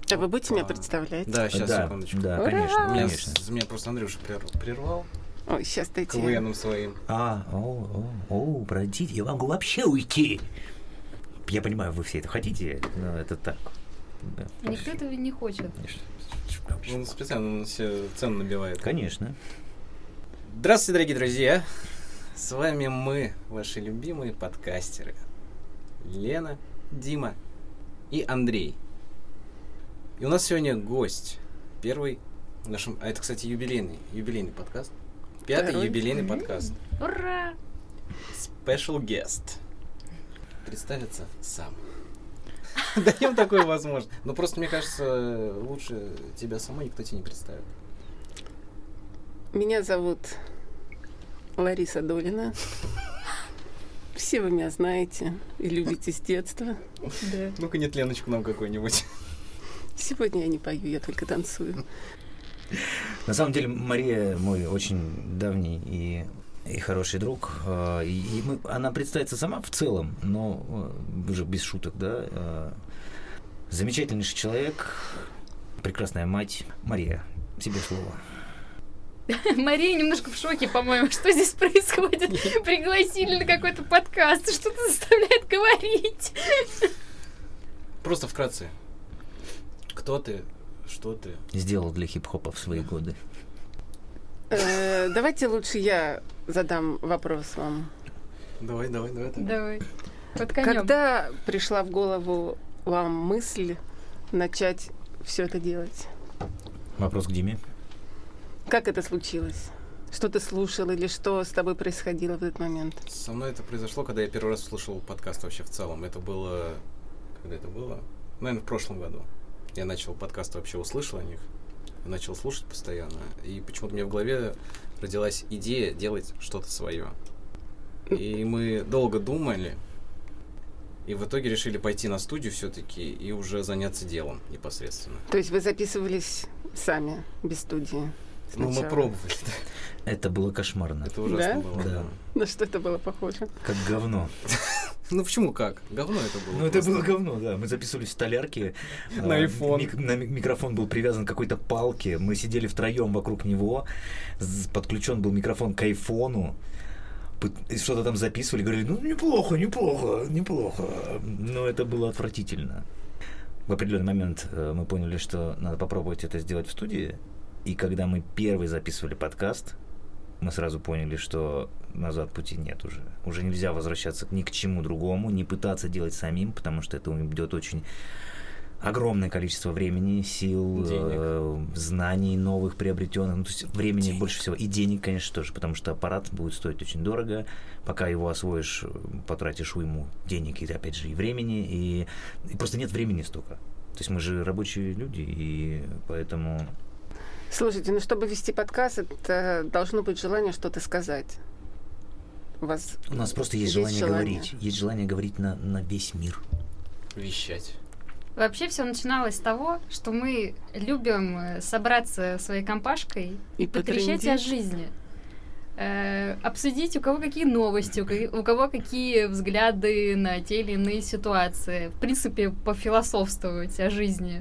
А вы будете меня представлять? Да, сейчас, да, секундочку. Да, Ура! конечно. Меня просто Андрюша прервал Ой, сейчас дайте. КВНом своим. Простите, я могу вообще уйти. Я понимаю, вы все это хотите, но это так. Да. Никто этого не хочет. Он специально все цены набивает. Конечно. Здравствуйте, дорогие друзья. С вами мы, ваши любимые подкастеры. Лена, Дима и Андрей. И у нас сегодня гость. Первый в нашем... А это, кстати, юбилейный подкаст. Пятый юбилейный подкаст. Ура! Special guest. Представиться сам. Даем такую возможность. Но просто, мне кажется, лучше тебя самой никто тебе не представит. Меня зовут Лариса Долина. Все вы меня знаете и любите с детства. Да. Ну-ка, нет Леночку нам какой-нибудь. Сегодня я не пою, я только танцую. На самом деле, Мария мой очень давний и хороший друг. Она представится сама в целом, но уже без шуток, да. Замечательнейший человек, прекрасная мать. Мария, тебе слово. Мария немножко в шоке, по-моему, что здесь происходит. Пригласили на какой-то подкаст, что-то заставляет говорить. Просто вкратце. Кто ты? Что ты? Сделал для хип-хопа в свои годы. Давайте лучше я задам вопрос вам. Давай. Давай. Под конём. Когда пришла в голову вам мысль начать все это делать? Вопрос к Диме. Как это случилось? Что ты слушал или что с тобой происходило в этот момент? Со мной это произошло, когда я первый раз слушал подкаст вообще в целом. Это было... Когда это было? Наверное, в прошлом году. Я начал подкасты, вообще услышал о них. Начал слушать постоянно. И почему-то у меня в голове родилась идея делать что-то свое. И мы долго думали. И в итоге решили пойти на студию все-таки и уже заняться делом непосредственно. То есть вы записывались сами, без студии? Ну, мы пробовали. Это было кошмарно. Это ужасно Да? было. Да. На что это было похоже? Как говно. Ну почему как? Говно это было. Ну, это было говно, да. Мы записывались в столярке. На iPhone. Микрофон был привязан к какой-то палке. Мы сидели втроем вокруг него. Подключен был микрофон к айфону. Что-то там записывали. Говорили, ну, неплохо. Но это было отвратительно. В определенный момент мы поняли, что надо попробовать это сделать в студии. И когда мы первый записывали подкаст, мы сразу поняли, что назад пути нет уже. Уже нельзя возвращаться ни к чему другому, не пытаться делать самим, потому что это уйдет очень огромное количество времени, сил, знаний новых приобретенных. Ну, то есть времени денег больше всего. И денег, конечно, тоже, потому что аппарат будет стоить очень дорого. Пока его освоишь, потратишь уйму денег и, опять же, и времени. И просто нет времени столько. То есть мы же рабочие люди, и поэтому... Слушайте, ну чтобы вести подкаст, это должно быть желание что-то сказать. У нас просто есть желание говорить. Есть желание говорить на весь мир. Вещать. Вообще все начиналось с того, что мы любим собраться своей компашкой и потрещать о жизни. Обсудить, у кого какие новости, у кого какие взгляды на те или иные ситуации. В принципе, пофилософствовать о жизни.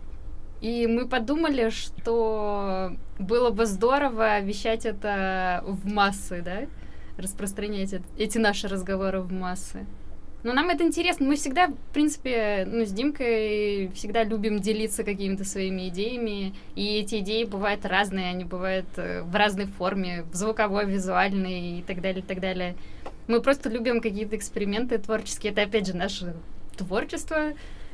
И мы подумали, что было бы здорово вещать это в массы, да? Распространять эти наши разговоры в массы. Но нам это интересно. Мы всегда, в принципе, с Димкой всегда любим делиться какими-то своими идеями. И эти идеи бывают разные, они бывают в разной форме, в звуковой, визуальной и так далее, и так далее. Мы просто любим какие-то эксперименты творческие. Это, опять же, наше творчество.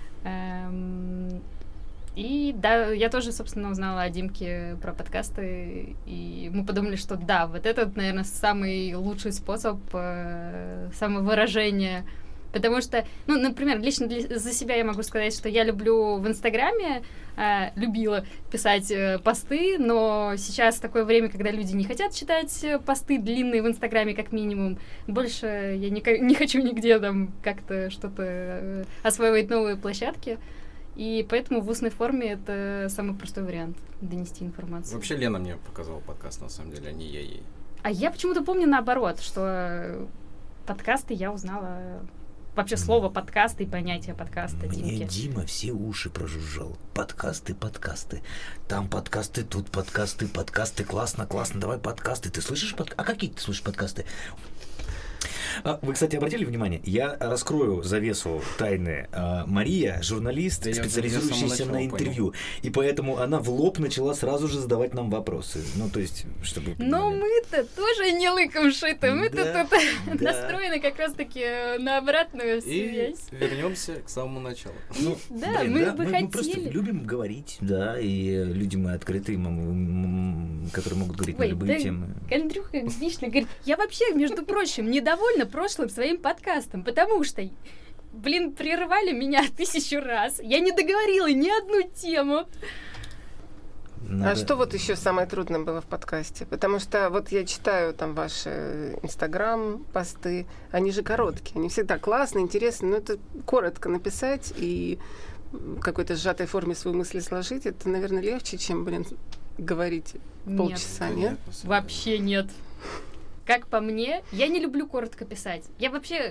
И да, я тоже, собственно, узнала о Димке про подкасты, и мы подумали, что да, вот этот, наверное, самый лучший способ самовыражения. Потому что, например, лично за себя я могу сказать, что я люблю в Инстаграме, любила писать посты, но сейчас такое время, когда люди не хотят читать посты длинные в Инстаграме, как минимум. Больше я не хочу нигде там как-то что-то осваивать новые площадки. И поэтому в устной форме это самый простой вариант донести информацию. Вообще Лена мне показала подкаст, на самом деле, а не я ей. А я почему-то помню наоборот, что подкасты я узнала вообще слово подкаст и понятие подкаста Мне Димки. Дима все уши прожужжал. Подкасты. Там подкасты, тут подкасты. Классно. Давай подкасты. Ты слышишь подкасты? А какие ты слышишь подкасты? Вы, кстати, обратили внимание? Я раскрою завесу тайны. Мария журналист, Да специализирующийся на интервью. И поэтому она в лоб начала сразу же задавать нам вопросы. Ну, то есть, чтобы... Но мы-то тоже не лыком шиты. Мы-то Да, тут да. настроены как раз-таки на обратную И связь. вернемся к самому началу. Ну, Да, блин, мы бы мы просто хотели. любим говорить, да, и люди мы открытые, которые могут говорить на Ой, любые да, темы. Андрюха отлично говорит. Я вообще, между прочим, недовольна прошлым своим подкастом, потому что, прерывали меня 1000 раз. Я не договорила ни одну тему. Надо- А что вот еще самое трудное было в подкасте? Потому что вот я читаю там ваши Инстаграм-посты, они же короткие, они всегда классные, интересные, но это коротко написать и в какой-то сжатой форме свою мысль сложить, это, наверное, легче, чем, говорить полчаса, нет? На самом деле. Вообще нет. Как по мне, я не люблю коротко писать. Я вообще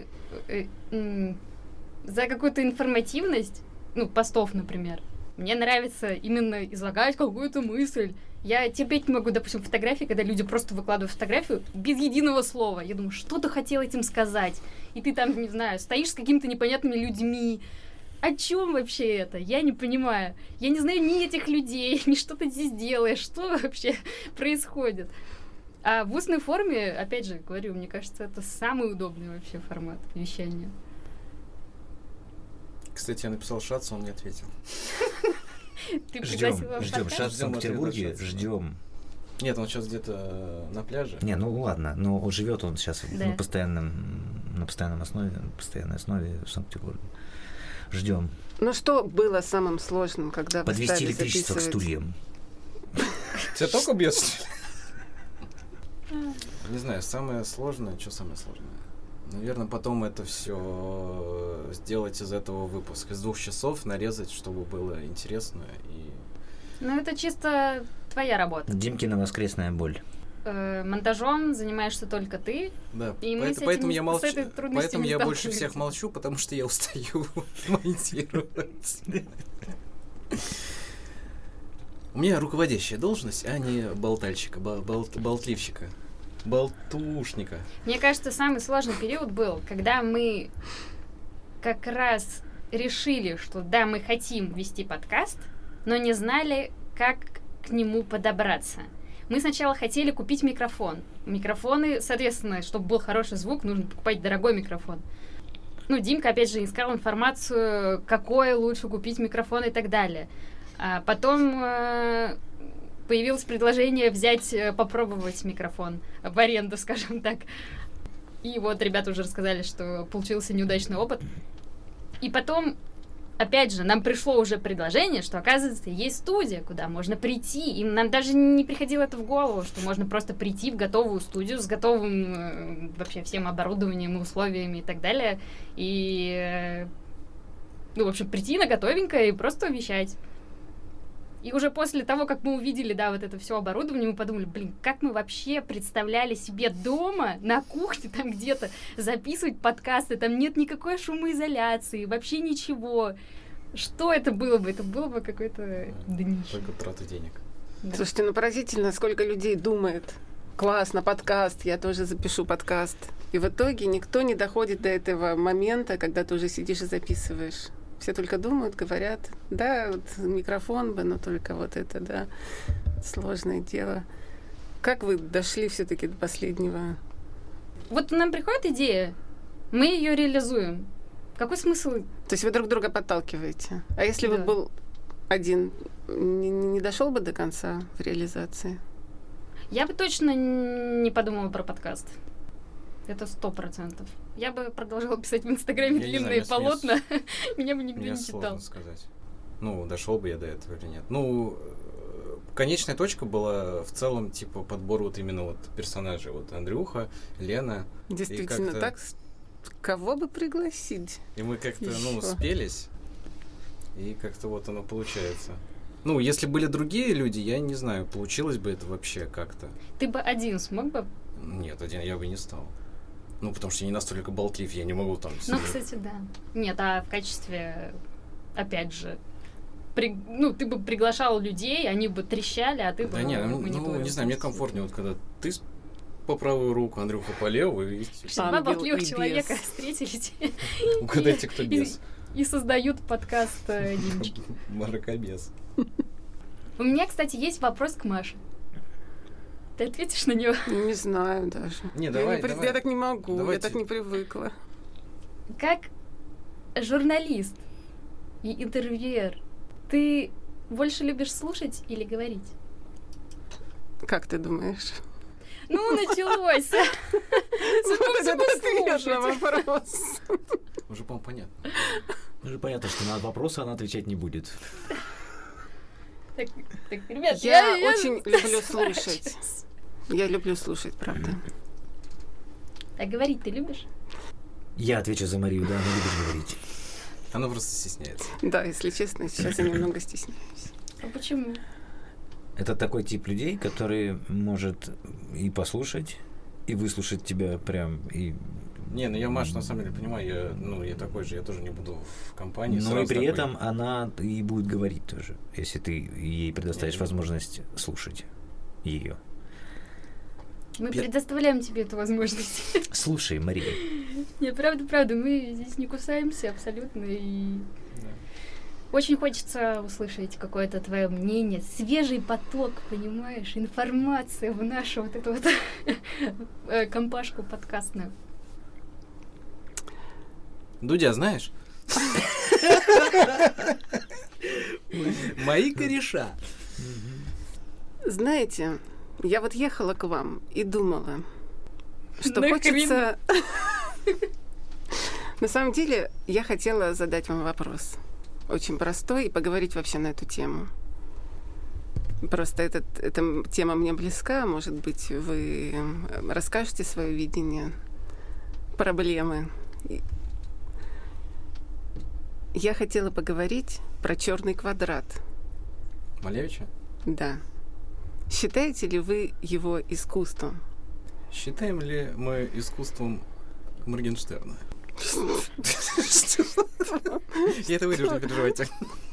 за какую-то информативность, постов, например, мне нравится именно излагать какую-то мысль. Я терпеть не могу, допустим, фотографии, когда люди просто выкладывают фотографию без единого слова. Я думаю, что ты хотел этим сказать? И ты там, не знаю, стоишь с какими-то непонятными людьми. О чем вообще это? Я не понимаю. Я не знаю ни этих людей, ни что ты здесь делаешь, что вообще происходит. А в устной форме, опять же, говорю, мне кажется, это самый удобный вообще формат вещания. Кстати, я написал Шацу, он не ответил. Ты пригласила в Ждем. подкаст? Шац в Санкт-Петербурге, Ждем. ждем. Нет, он сейчас где-то на пляже. Не, ну ладно, но живет он сейчас Да. на постоянной основе в Санкт-Петербурге. Ждем. Ну что было самым сложным, когда вы Подвести стали электричество к записывать? стульям. Тебя только бьет, что ли? Не знаю, самое сложное, что самое сложное? Наверное, потом это все сделать из этого выпуск. Из 2 часов нарезать, чтобы было интересно. И... Ну, это чисто твоя работа. Димкина воскресная боль. Монтажом занимаешься только ты. Да, И мы с этим- поэтому я с молчу. этой трудностью Поэтому не я больше сталкиваемся. всех молчу, потому что я устаю монтировать. У меня руководящая должность, а не болтальщика, болтливщика, болтушника. Мне кажется, самый сложный период был, когда мы как раз решили, что да, мы хотим вести подкаст, но не знали, как к нему подобраться. Мы сначала хотели купить микрофон. Микрофоны, соответственно, чтобы был хороший звук, нужно покупать дорогой микрофон. Ну, Димка, опять же, искал информацию, какой лучше купить микрофон и так далее. А потом появилось предложение взять, попробовать микрофон в аренду, скажем так. И вот ребята уже рассказали, что получился неудачный опыт. И потом, опять же, нам пришло уже предложение, что, оказывается, есть студия, куда можно прийти. И нам даже не приходило это в голову, что можно просто прийти в готовую студию с готовым вообще всем оборудованием и условиями и так далее. И, в общем, прийти на готовенькое и просто вещать. И уже после того, как мы увидели, да, вот это все оборудование, мы подумали, как мы вообще представляли себе дома, на кухне там где-то записывать подкасты, там нет никакой шумоизоляции, вообще ничего. Что это было бы? Это было бы какое-то днище. Только трата денег. Да. Слушайте, поразительно, сколько людей думает. Классно, подкаст, я тоже запишу подкаст. И в итоге никто не доходит до этого момента, когда ты уже сидишь и записываешь. Все только думают, говорят, да, вот микрофон бы, но только вот это, да, сложное дело. Как вы дошли все-таки до последнего? Вот нам приходит идея, мы ее реализуем. Какой смысл? То есть вы друг друга подталкиваете. А если бы Да. был один, не дошел бы до конца в реализации? Я бы точно не подумала про подкаст. Это 100%. Я бы продолжала писать в Инстаграме Я не знаю, длинные мне полотна. Меня бы никто Мне не сложно читал. сказать. Дошел бы я до этого или нет. Конечная точка была в целом, типа, подбор вот именно вот персонажей. Вот Андрюха, Лена. Действительно, как-то- так? Кого бы пригласить? И мы как-то, Ещё. спелись. И как-то вот оно получается. Если были другие люди, я не знаю, получилось бы это вообще как-то. Ты бы один смог бы? Нет, один я бы не стал. Ну, потому что я не настолько болтлив, я не могу там... Ну, кстати, да. Нет, а в качестве, опять же, ты бы приглашал людей, они бы трещали, а ты бы... Да не знаю, мне комфортнее, вот когда ты по правую руку, Андрюха по левую. И... Два болтливых человека встретились. Угадайте, кто без. И создают подкаст «Димочки». Мракобес. У меня, кстати, есть вопрос к Маше. Ты ответишь на него? Не знаю даже. Не, давай. Я так не могу, Давайте. я так не привыкла. Как журналист и интервьюер, ты больше любишь слушать или говорить? Как ты думаешь? Ну, началось. Ответ на вопрос. Уже, по-моему, понятно. Уже понятно, что на вопросы она отвечать не будет. Так, ребят, я очень люблю слушать. Я люблю слушать, правда. А говорить ты любишь? Я отвечу за Марию, да, она любит говорить. Она просто стесняется. Да, если честно, сейчас я немного стесняюсь. А почему? Это такой тип людей, который может и послушать, и выслушать тебя прям, и... Не, ну я Машу на самом деле понимаю, я такой же, я тоже не буду в компании. Но и при этом она и будет говорить тоже, если ты ей предоставишь возможность слушать ее. Мы предоставляем тебе эту возможность. Слушай, Мария. Не, правда, мы здесь не кусаемся абсолютно, и очень хочется услышать какое-то твое мнение, свежий поток, понимаешь, информации в нашу вот эту вот компашку подкастную. Дудя, знаешь? Мои кореша. Знаете, я вот ехала к вам и думала, что хочется... На самом деле, я хотела задать вам вопрос. Очень простой, и поговорить вообще на эту тему. Просто эта тема мне близка. Может быть, вы расскажете свое видение проблемы. Я хотела поговорить про черный квадрат. Малевича? Да. Считаете ли вы его искусством? Считаем ли мы искусством Моргенштерна? Я это вырежу, не переживайте.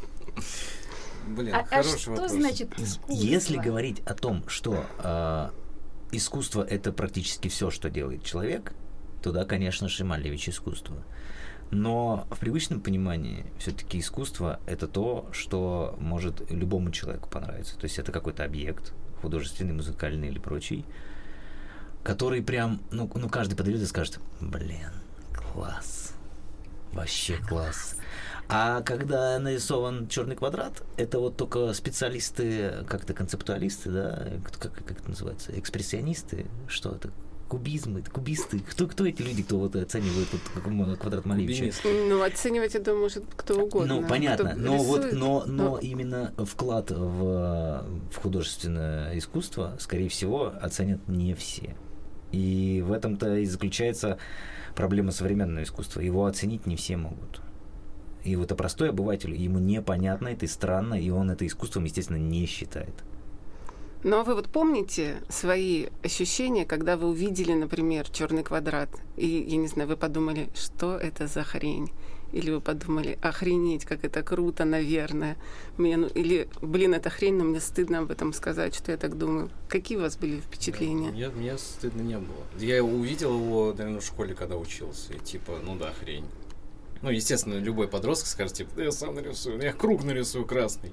Блин, хороший вопрос. А что значит искусство? Если говорить о том, что искусство — это практически все, что делает человек, то да, конечно же, Малевич — искусство. Но в привычном понимании все-таки искусство — это то, что может любому человеку понравиться. То есть это какой-то объект, художественный, музыкальный или прочий, который прям, каждый подойдет и скажет: блин, класс, вообще класс. А когда нарисован черный квадрат, это вот только специалисты, как-то концептуалисты, да, как это называется, экспрессионисты, что это? Кубисты. Кто эти люди, кто вот оценивает квадрат Малевича? Оценивать, я думаю, может кто угодно. Понятно. Но именно вклад в художественное искусство, скорее всего, оценят не все. И в этом-то и заключается проблема современного искусства. Его оценить не все могут. И вот простой обыватель, ему непонятно, это и странно, и он это искусством, естественно, не считает. Но вы вот помните свои ощущения, когда вы увидели, например, черный квадрат, и, я не знаю, вы подумали, что это за хрень? Или вы подумали, охренеть, как это круто, наверное. Или, блин, это хрень, но мне стыдно об этом сказать, что я так думаю. Какие у вас были впечатления? Мне стыдно не было. Я увидел его, наверное, в школе, когда учился, и типа, хрень. Естественно, любой подросток скажет, типа, да я сам нарисую, я круг нарисую красный.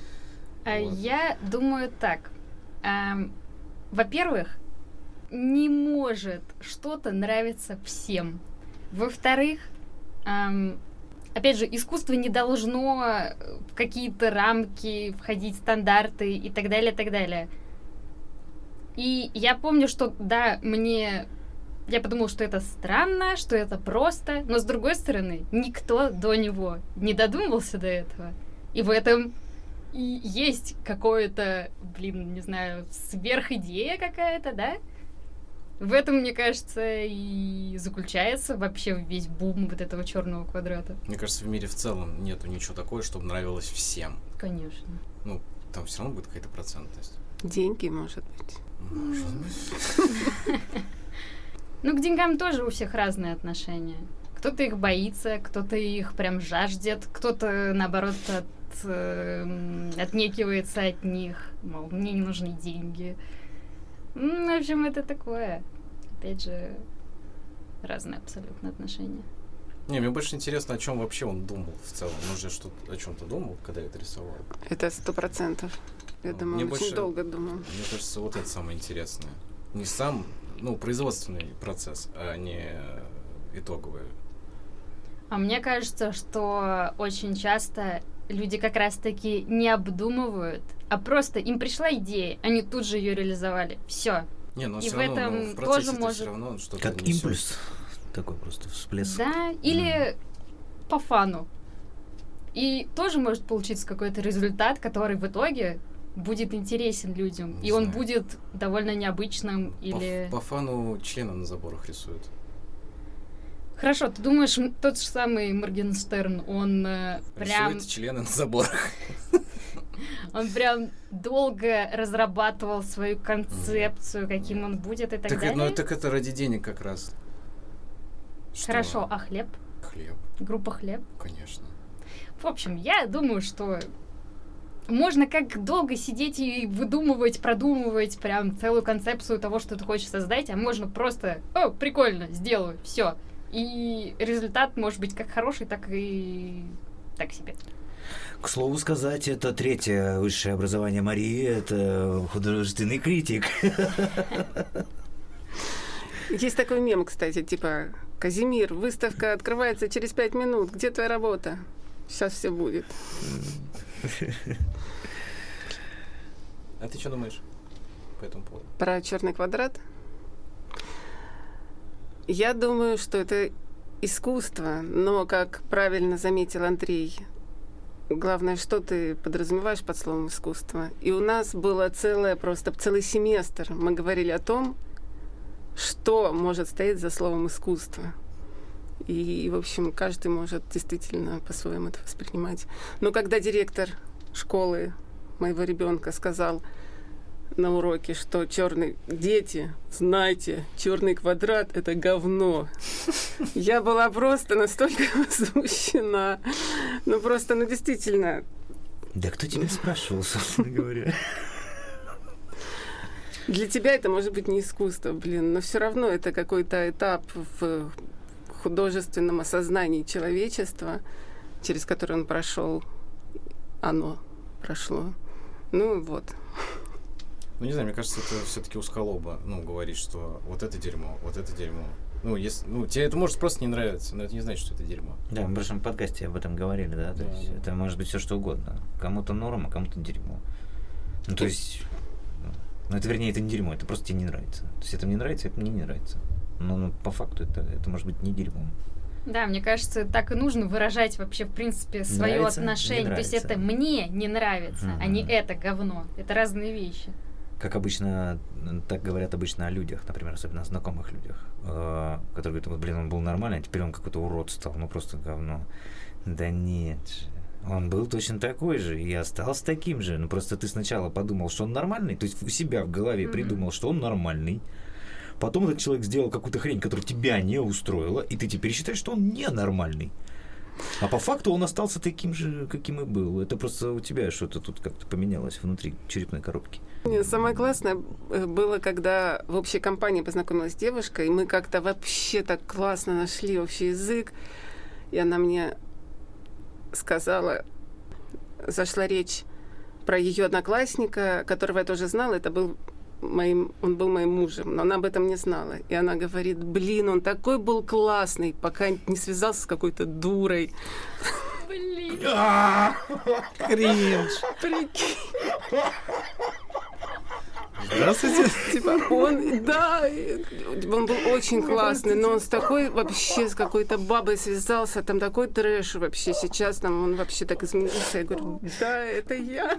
Я думаю так. Во-первых, не может что-то нравиться всем. Во-вторых, опять же, искусство не должно в какие-то рамки входить, стандарты и так далее, так далее. И я помню, что, да, я подумала, что это странно, что это просто, но, с другой стороны, никто до него не додумался до этого. И в этом и есть какое-то, не знаю, сверхидея какая-то, да? В этом, мне кажется, и заключается вообще весь бум вот этого черного квадрата. Мне кажется, в мире в целом нету ничего такого, чтобы нравилось всем. Конечно. Там все равно будет какая-то процентность. Деньги, может быть. Может быть. Ну, к деньгам тоже у всех разные отношения. Кто-то их боится, кто-то их прям жаждет, кто-то, наоборот, отнекивается от них. Мол, мне не нужны деньги. В общем, это такое. Опять же, разные абсолютно отношения. Не, мне больше интересно, о чем вообще он думал в целом. Он же о чем-то думал, когда это рисовал. Это 100%. Я думаю, он очень долго думал. Мне кажется, вот это самое интересное. Не сам, производственный процесс, а не итоговый. А мне кажется, что очень часто люди как раз-таки не обдумывают, а просто им пришла идея, они тут же ее реализовали. Все. Не, но и все в равно, этом в процессе тоже может... все равно что-то как несёт. импульс. Такой просто всплеск. Да, или по фану. И тоже может получиться какой-то результат, который в итоге будет интересен людям. Не и он знаю. будет довольно необычным или... По фану члены на заборах рисуют. Хорошо, ты думаешь, тот же самый Моргенштерн, он прям... Рисуют члены на заборах. Он прям долго разрабатывал свою концепцию, каким он будет и так далее? Так это ради денег как раз. Хорошо, а хлеб? Хлеб, Группа «Хлеб»? конечно. В общем, я думаю, что можно как долго сидеть и выдумывать, продумывать прям целую концепцию того, что ты хочешь создать, а можно просто, прикольно, сделаю, все. И результат может быть как хороший, так и так себе. К слову сказать, это третье высшее образование Марии, это художественный критик. Есть такой мем, кстати, типа: Казимир, выставка открывается через 5 минут. Где твоя работа? Сейчас все будет. А ты что думаешь по этому поводу? Про черный квадрат? Я думаю, что это искусство, но, как правильно заметил Андрей, главное, что ты подразумеваешь под словом искусство. И у нас было целый семестр. Мы говорили о том, что может стоять за словом искусство. И, в общем, каждый может действительно по-своему это воспринимать. Но когда директор школы моего ребенка сказал на уроке, что дети, знайте, черный квадрат — это говно. Я была просто настолько возмущена. Действительно. Да кто тебя спрашивал, собственно говоря? Для тебя это может быть не искусство, но все равно это какой-то этап в художественном осознании человечества, через который он прошел. Оно прошло. Вот. Не знаю, мне кажется, это все-таки усколоба, говорить, что вот это дерьмо, вот это дерьмо. Тебе это может просто не нравиться, но это не значит, что это дерьмо. Да, мы в прошлом подкасте об этом говорили, да? То есть это может быть все что угодно. Кому-то норма, кому-то дерьмо. То есть... это, вернее, это не дерьмо, это просто тебе не нравится. То есть это мне нравится, это мне не нравится. Но по факту это может быть не дерьмом. Да, мне кажется, так и нужно выражать вообще, в принципе, свое Нравится, отношение. То есть это мне не нравится, а не это говно. Это разные вещи. Как обычно, так говорят обычно о людях, например, особенно о знакомых людях, которые говорят: он был нормальный, а теперь он какой-то урод стал, просто говно. Да нет же. Он был точно такой же и остался таким же. Просто ты сначала подумал, что он нормальный, то есть у себя в голове придумал, что он нормальный. Потом этот человек сделал какую-то хрень, которая тебя не устроила, и ты теперь считаешь, что он ненормальный. А по факту он остался таким же, каким и был. Это просто у тебя что-то тут как-то поменялось внутри черепной коробки. Самое классное было, когда в общей компании познакомилась с девушкой, и мы как-то вообще так классно нашли общий язык, и она мне сказала, зашла речь про ее одноклассника, которого я тоже знала, он был моим мужем, но она об этом не знала. И она говорит: он такой был классный, пока не связался с какой-то дурой. Блин. Кринж. Прикинь. Здравствуйте. Он был очень классный, но он с какой-то бабой связался, там такой трэш вообще сейчас, он вообще так изменился. Я говорю: да, это я.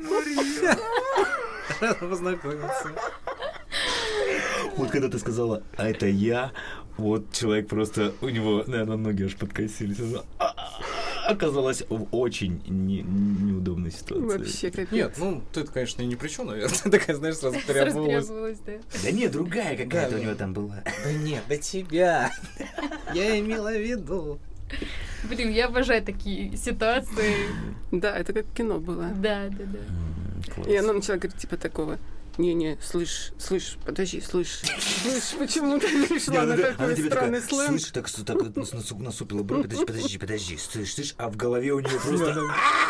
Рада познакомиться. Вот когда ты сказала: а это я, человек просто, у него, наверное, ноги аж подкосились. оказалась в очень неудобной ситуации. Вообще капец. Нет, ну, ты, конечно, ни при чем, наверное. Такая, знаешь, сразу переобулась. Да. Да нет, другая какая-то у него там была. Да нет, да тебя. Я имела в виду. Блин, я обожаю такие ситуации. Да, это как кино было. Да. И она начала говорить типа такого: не, слышь, подожди, слышь, почему ты пришла на такой странный сленг? Слышь, так насупила бровь, подожди, слышь, а в голове у нее просто...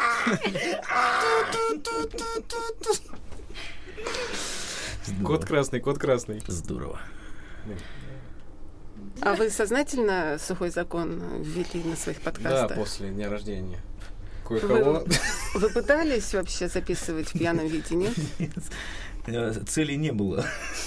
Кот красный. Здорово. А вы сознательно сухой закон ввели на своих Да, подкастах? после дня рождения. Кое-кого. Вы пытались вообще записывать в пьяном виде, нет? Цели не было.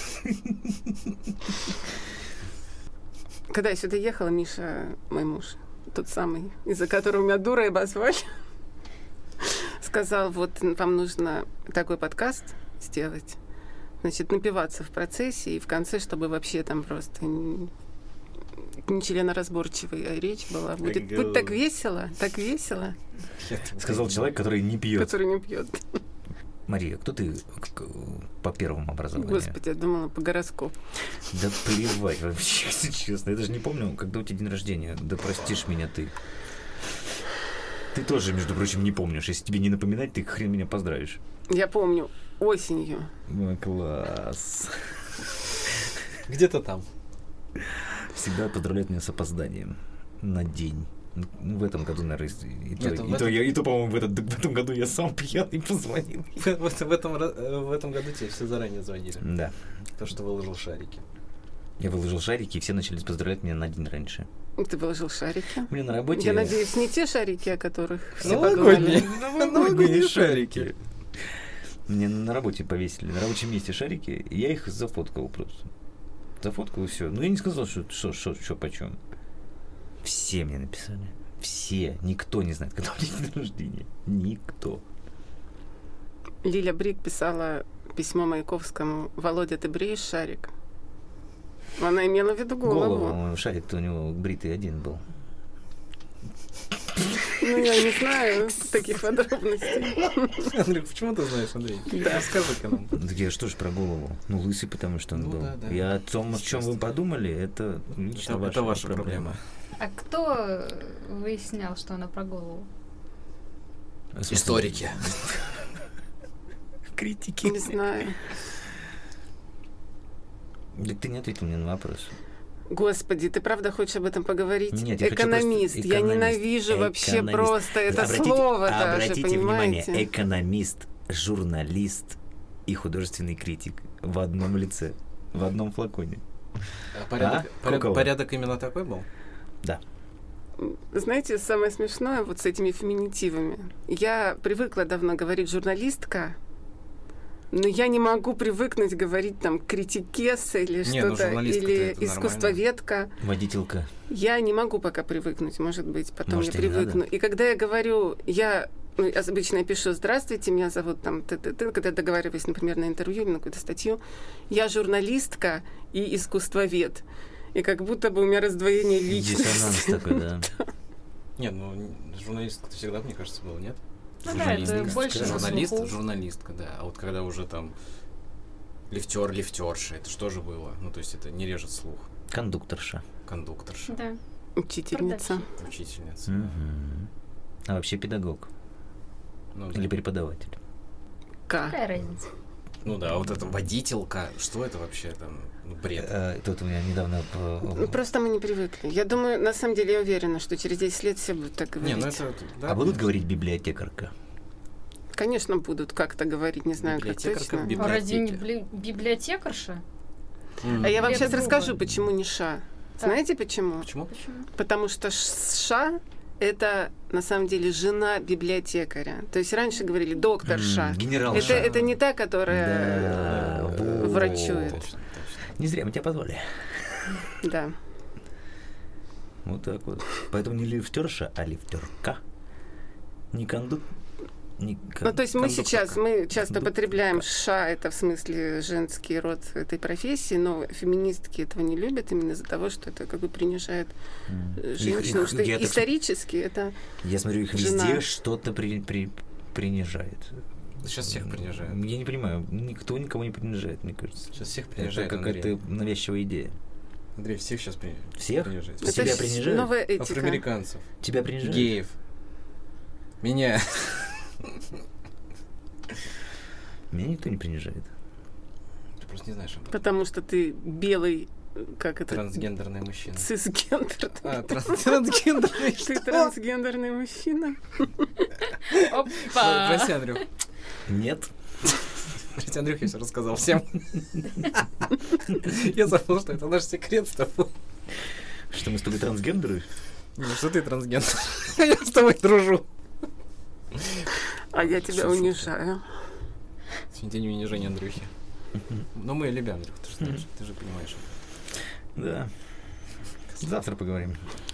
Когда я сюда ехала, Миша, мой муж, тот самый, из-за которого меня дурой обозвали, сказал: вот вам нужно такой подкаст сделать, значит, напиваться в процессе и в конце, чтобы вообще там просто нечленоразборчивая речь была. Будет так весело. Сказал человек, который не пьет. Который не пьет. Мария, кто ты по первому образованию? Господи, я думала по гороскопу. Да плевать вообще, если честно. Я даже не помню, когда у тебя день рождения. Да простишь меня ты. Ты тоже, между прочим, не помнишь. Если тебе не напоминать, ты хрен меня поздравишь. Я помню. Осенью. Ну, класс. Где-то там. Всегда поздравляют меня с опозданием на день. Ну, в этом году, наверное, и то, по-моему, в этом году я сам пьяный позвонил. В этом году тебе все заранее звонили. Да. То, что выложил шарики. Я выложил шарики, и все начали поздравлять меня на день раньше. Ты выложил шарики? У меня на работе... Я надеюсь, не те шарики, о которых все новогодние. подумали. Новогодние шарики. Мне на работе повесили, на рабочем месте шарики, и я их зафоткал просто. Зафоткал и все. Но я не сказал, что почем. Все мне написали. Все. Никто не знает, когда у меня день рождения. Никто. Лиля Брик писала письмо Маяковскому: Володя, ты бреешь шарик? Она имела в виду голову. Шарик-то у него бритый один был. Ну, я не знаю таких подробностей. Андрей, почему ты знаешь, Андрей? Да. Расскажи-ка нам. Так я что ж про голову? Ну, лысый, потому что он был. Да. Я о том, о чем вы подумали, это лично ваша проблема. А кто выяснял, что она про голову? Историки. Критики. Не знаю. Так ты не ответил мне на вопрос. Господи, ты правда хочешь об этом поговорить? Нет, я хочу экономист. просто... Я ненавижу вообще просто это слово даже, обратите понимаете? внимание, экономист, журналист и художественный критик в одном лице, в одном флаконе. Порядок именно такой был? Да. Знаете, самое смешное вот с этими феминитивами. Я привыкла давно говорить журналистка, но я не могу привыкнуть говорить там критикесса или что-то, или искусствоведка. Водителька. Я не могу пока привыкнуть, может быть, потом Может, я привыкну. И когда я говорю, обычно я пишу: здравствуйте, меня зовут там, когда договариваюсь, например, на интервью или на какую-то статью, я журналистка и искусствовед. И как будто бы у меня раздвоение личности. Диссонанс такой, да. Нет, ну журналистка всегда, мне кажется, был, нет? Ну да, это больше на слуху. Журналистка, да. А вот когда уже там лифтерша, это что же было? Ну, то есть это не режет слух. Кондукторша. Да. Учительница. Учительница. А вообще педагог. Ну, или преподаватель. Какая разница? Ну да, вот это водителька, что это вообще там? Бред. Тут у меня недавно... Просто мы не привыкли. Я думаю, на самом деле, я уверена, что через 10 лет все будут так говорить. Не, ну это... Да, а будут говорить библиотекарка? Конечно, будут как-то говорить, не знаю, как точно. А разве не библиотекарша? А я вам сейчас расскажу, почему не ша. Знаете почему? Почему? Потому что ша — это на самом деле жена библиотекаря. То есть раньше говорили докторша. Генералша. Это не та, которая врачует. Точно. Не зря мы тебя позвали. Да. Вот так вот. Поэтому не лифтерша, а лифтерка. Не Ну, то есть мы часто употребляем «ша», это в смысле женский род этой профессии, но феминистки этого не любят именно из-за того, что это как бы принижает женщину. Потому что исторически это я смотрю, их везде что-то принижает. Сейчас всех принижают. Я не понимаю, никто никого не принижает, мне кажется. Сейчас всех принижает. Это какая-то навязчивая идея. Андрей, всех сейчас принижают. Всех? Принижают. Это Тебя принижают? новая этика. Афроамериканцев. Тебя принижают? Геев. Меня. Меня никто не принижает. Ты просто не знаешь об этом. Потому что ты белый, как это? Трансгендерный мужчина. Цисгендер. Трансгендерный. Ты трансгендерный мужчина. Опа! Прости, Андрюх. Нет. Прости, Андрюх, я все рассказал всем. Я забыл, что это наш секрет с тобой. Что мы с тобой трансгендеры? Не, что ты трансгендер. Я с тобой дружу. А я тебя унижаю. Сегодня день унижения Андрюхи. Но мы любим, Андрюх, ты же знаешь, ты же понимаешь. Да. Завтра поговорим.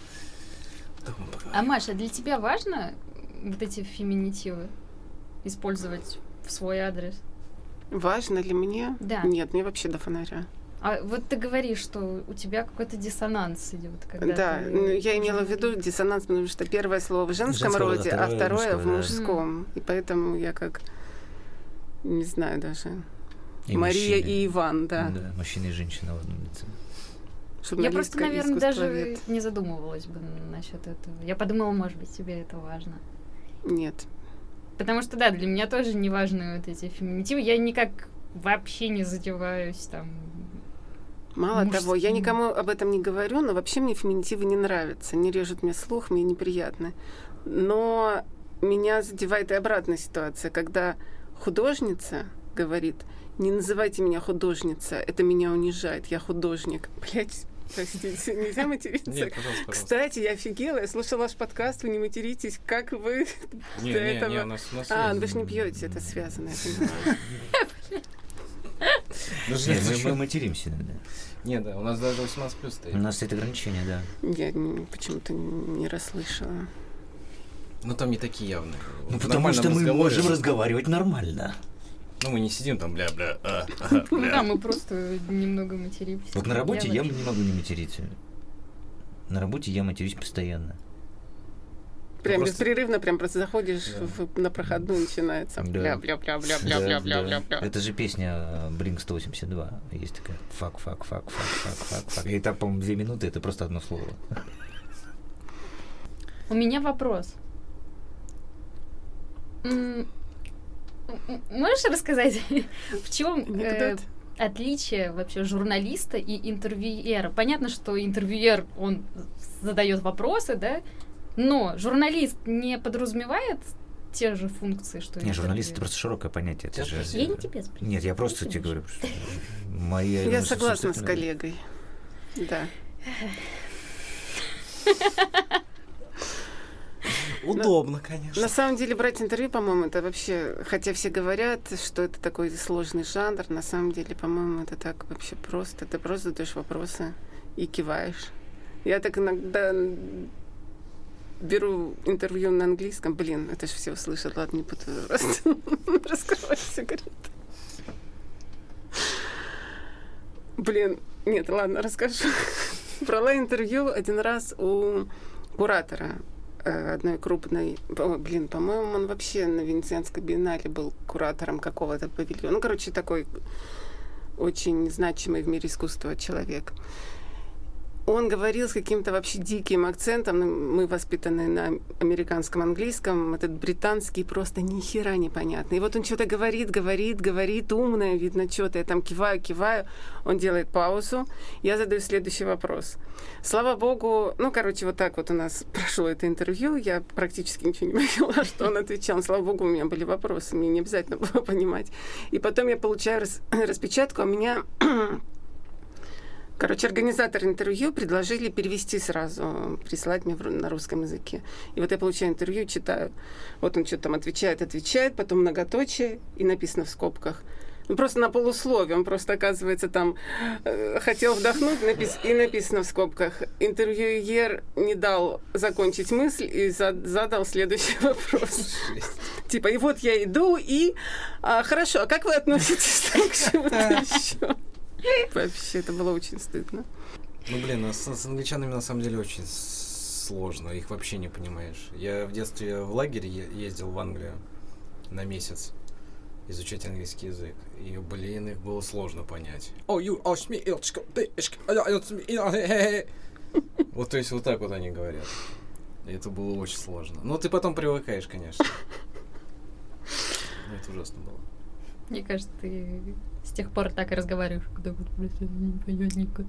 А, Маша, для тебя важно вот эти феминитивы использовать в свой адрес? Важно ли мне? Да. Нет, мне вообще до фонаря. А вот ты говоришь, что у тебя какой-то диссонанс идет, когда Да, ты я имела в виду диссонанс, потому что первое слово в женском роде, а второе в мужском. И поэтому я как, не знаю даже, И Мария мужчины. и Иван, да. Да, мужчина и женщина в одном лице. Я просто, Журналистка и наверное, даже искусствовед. не задумывалась бы насчет этого. Я подумала, может быть, тебе это важно. Нет. Потому что, да, для меня тоже не важны вот эти феминитивы. Я никак вообще не задеваюсь там. Мало того, я мужским. никому об этом не говорю, но вообще мне феминитивы не нравятся. Они режут мне слух, мне неприятно. Но меня задевает и обратная ситуация, когда художница говорит: не называйте меня художница, это меня унижает, я художник. Блять, простите, нельзя материться? Нет, пожалуйста. Кстати, я офигела, я слушала ваш подкаст, вы не материтесь, как вы до Не, этого... у нас вы же не пьете, это связано, я понимаю. Мы материмся, да. Нет, да, у нас даже 18+ стоит. У нас стоит ограничение, да. Я почему-то не расслышала. Но там не такие явные. Ну, В потому нормальном что мы разговоре можем же- разговаривать нормально. Ну, мы не сидим там, бля-бля, Ну да, бля. мы просто немного материмся. Вот на работе я вообще- не могу не материться. На работе я матерюсь постоянно. Прям просто- беспрерывно, прям просто заходишь Да. на проходную, начинается Да. бля-бля-бля-бля-бля-бля-бля-бля-бля. Это же песня Blink 182. Есть такая фак. И так, по-моему, 2 минуты, это просто одно слово. У меня вопрос. Можешь рассказать, в чем Анекдот? отличие вообще журналиста и интервьюера? Понятно, что интервьюер, он задает вопросы, да? Но журналист не подразумевает те же функции, что и Не, журналист это интервьюер? просто широкое понятие. Это же... Я не тебе спрашиваю. Нет, я просто тебе говорю. что мои Я согласна с субститутные- коллегой. Да. Удобно, конечно. На самом деле брать интервью, по-моему, это вообще, хотя все говорят, что это такой сложный жанр, на самом деле, по-моему, это так вообще просто. Ты просто задаешь вопросы и киваешь. Я так иногда беру интервью на английском. Блин, это же все услышат. Ладно, не буду раскрывать секрет. Блин, нет, ладно, расскажу. Брала интервью один раз у куратора одной крупной... по-моему, он вообще на Венецианской биеннале был куратором какого-то павильона. Ну, короче, такой очень значимый в мире искусства человек. Он говорил с каким-то вообще диким акцентом. Мы воспитаны на американском английском. Этот британский просто ни хера непонятно. И вот он что-то говорит, умное, видно, что-то. Я там киваю. Он делает паузу. Я задаю следующий вопрос. Слава богу, вот так вот у нас прошло это интервью. Я практически ничего не поняла, что он отвечал. Слава богу, у меня были вопросы. Мне не обязательно было понимать. И потом я получаю распечатку, а меня... организаторы интервью предложили перевести сразу, прислать мне на русском языке. И вот я получаю интервью, читаю. Вот он что-то там отвечает, потом многоточие, и написано в скобках: Просто на полусловие. Он просто, оказывается, там хотел вдохнуть, и написано в скобках. Интервьюер не дал закончить мысль и задал следующий вопрос. Типа, и вот я иду, и... хорошо, а как вы относитесь к чему-то еще? Вообще, это было очень стыдно. Ну, блин, с англичанами на самом деле очень сложно. Их вообще не понимаешь. Я в детстве в лагерь ездил в Англию на месяц изучать английский язык. И, блин, их было сложно понять. Вот, то есть, вот так вот они говорят. И это было очень сложно. Но ты потом привыкаешь, конечно. Но это ужасно было. Мне кажется, ты с тех пор так и разговариваешь, когда вот просто не пойдет никак.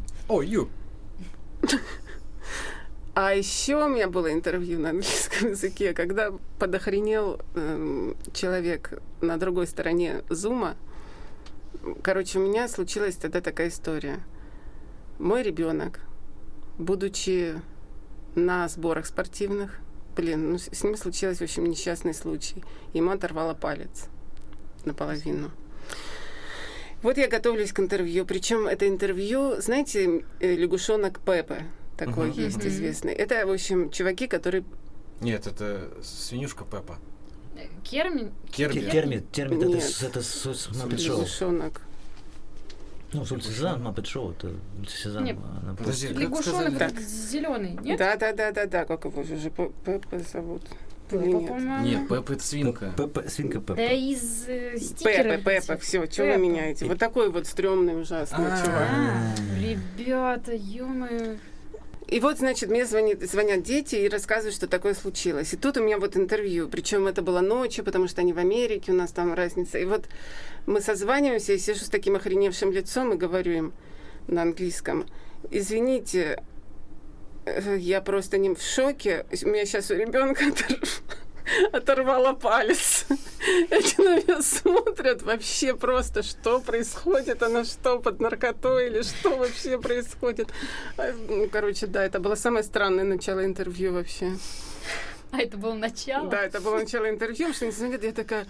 А еще у меня было интервью на английском языке, когда подохренел человек на другой стороне зума. Короче, у меня случилась тогда такая история. Мой ребенок, будучи на сборах спортивных, с ним случился, в общем, несчастный случай. Ему оторвало палец наполовину. Вот я готовлюсь к интервью. Причем это интервью, знаете, лягушонок Пеппа. Такой есть известный. Это, в общем, чуваки, которые... Нет, это свинюшка Пеппа. Кермит? Кермит, это с Muppet Show. Лягушонок. Ну, с улицы Сезам, Muppet Show, это улица Сезам. Нет, подожди, лягушонок зеленый, нет? Да, как его же Пеппа зовут? Нет, Пеппа это свинка. Свинка Пеппа. Да из стикеров. Пеппа, все, что вы меняете? Вот такой вот стрёмный, ужасный чувак. Ребята, ё-моё. И вот, значит, мне звонят дети и рассказывают, что такое случилось. И тут у меня вот интервью. Причем это было ночью, потому что они в Америке, у нас там разница. И вот мы созваниваемся, и сижу с таким охреневшим лицом и говорю им на английском: извините, я просто не в шоке. У меня сейчас у ребенка оторвало палец. Эти на меня смотрят вообще просто, что происходит, она что, под наркотой или что вообще происходит. Ну, короче, да, это было самое странное начало интервью вообще. А это было начало? Да, это было начало интервью, потому что они звонят, я такая: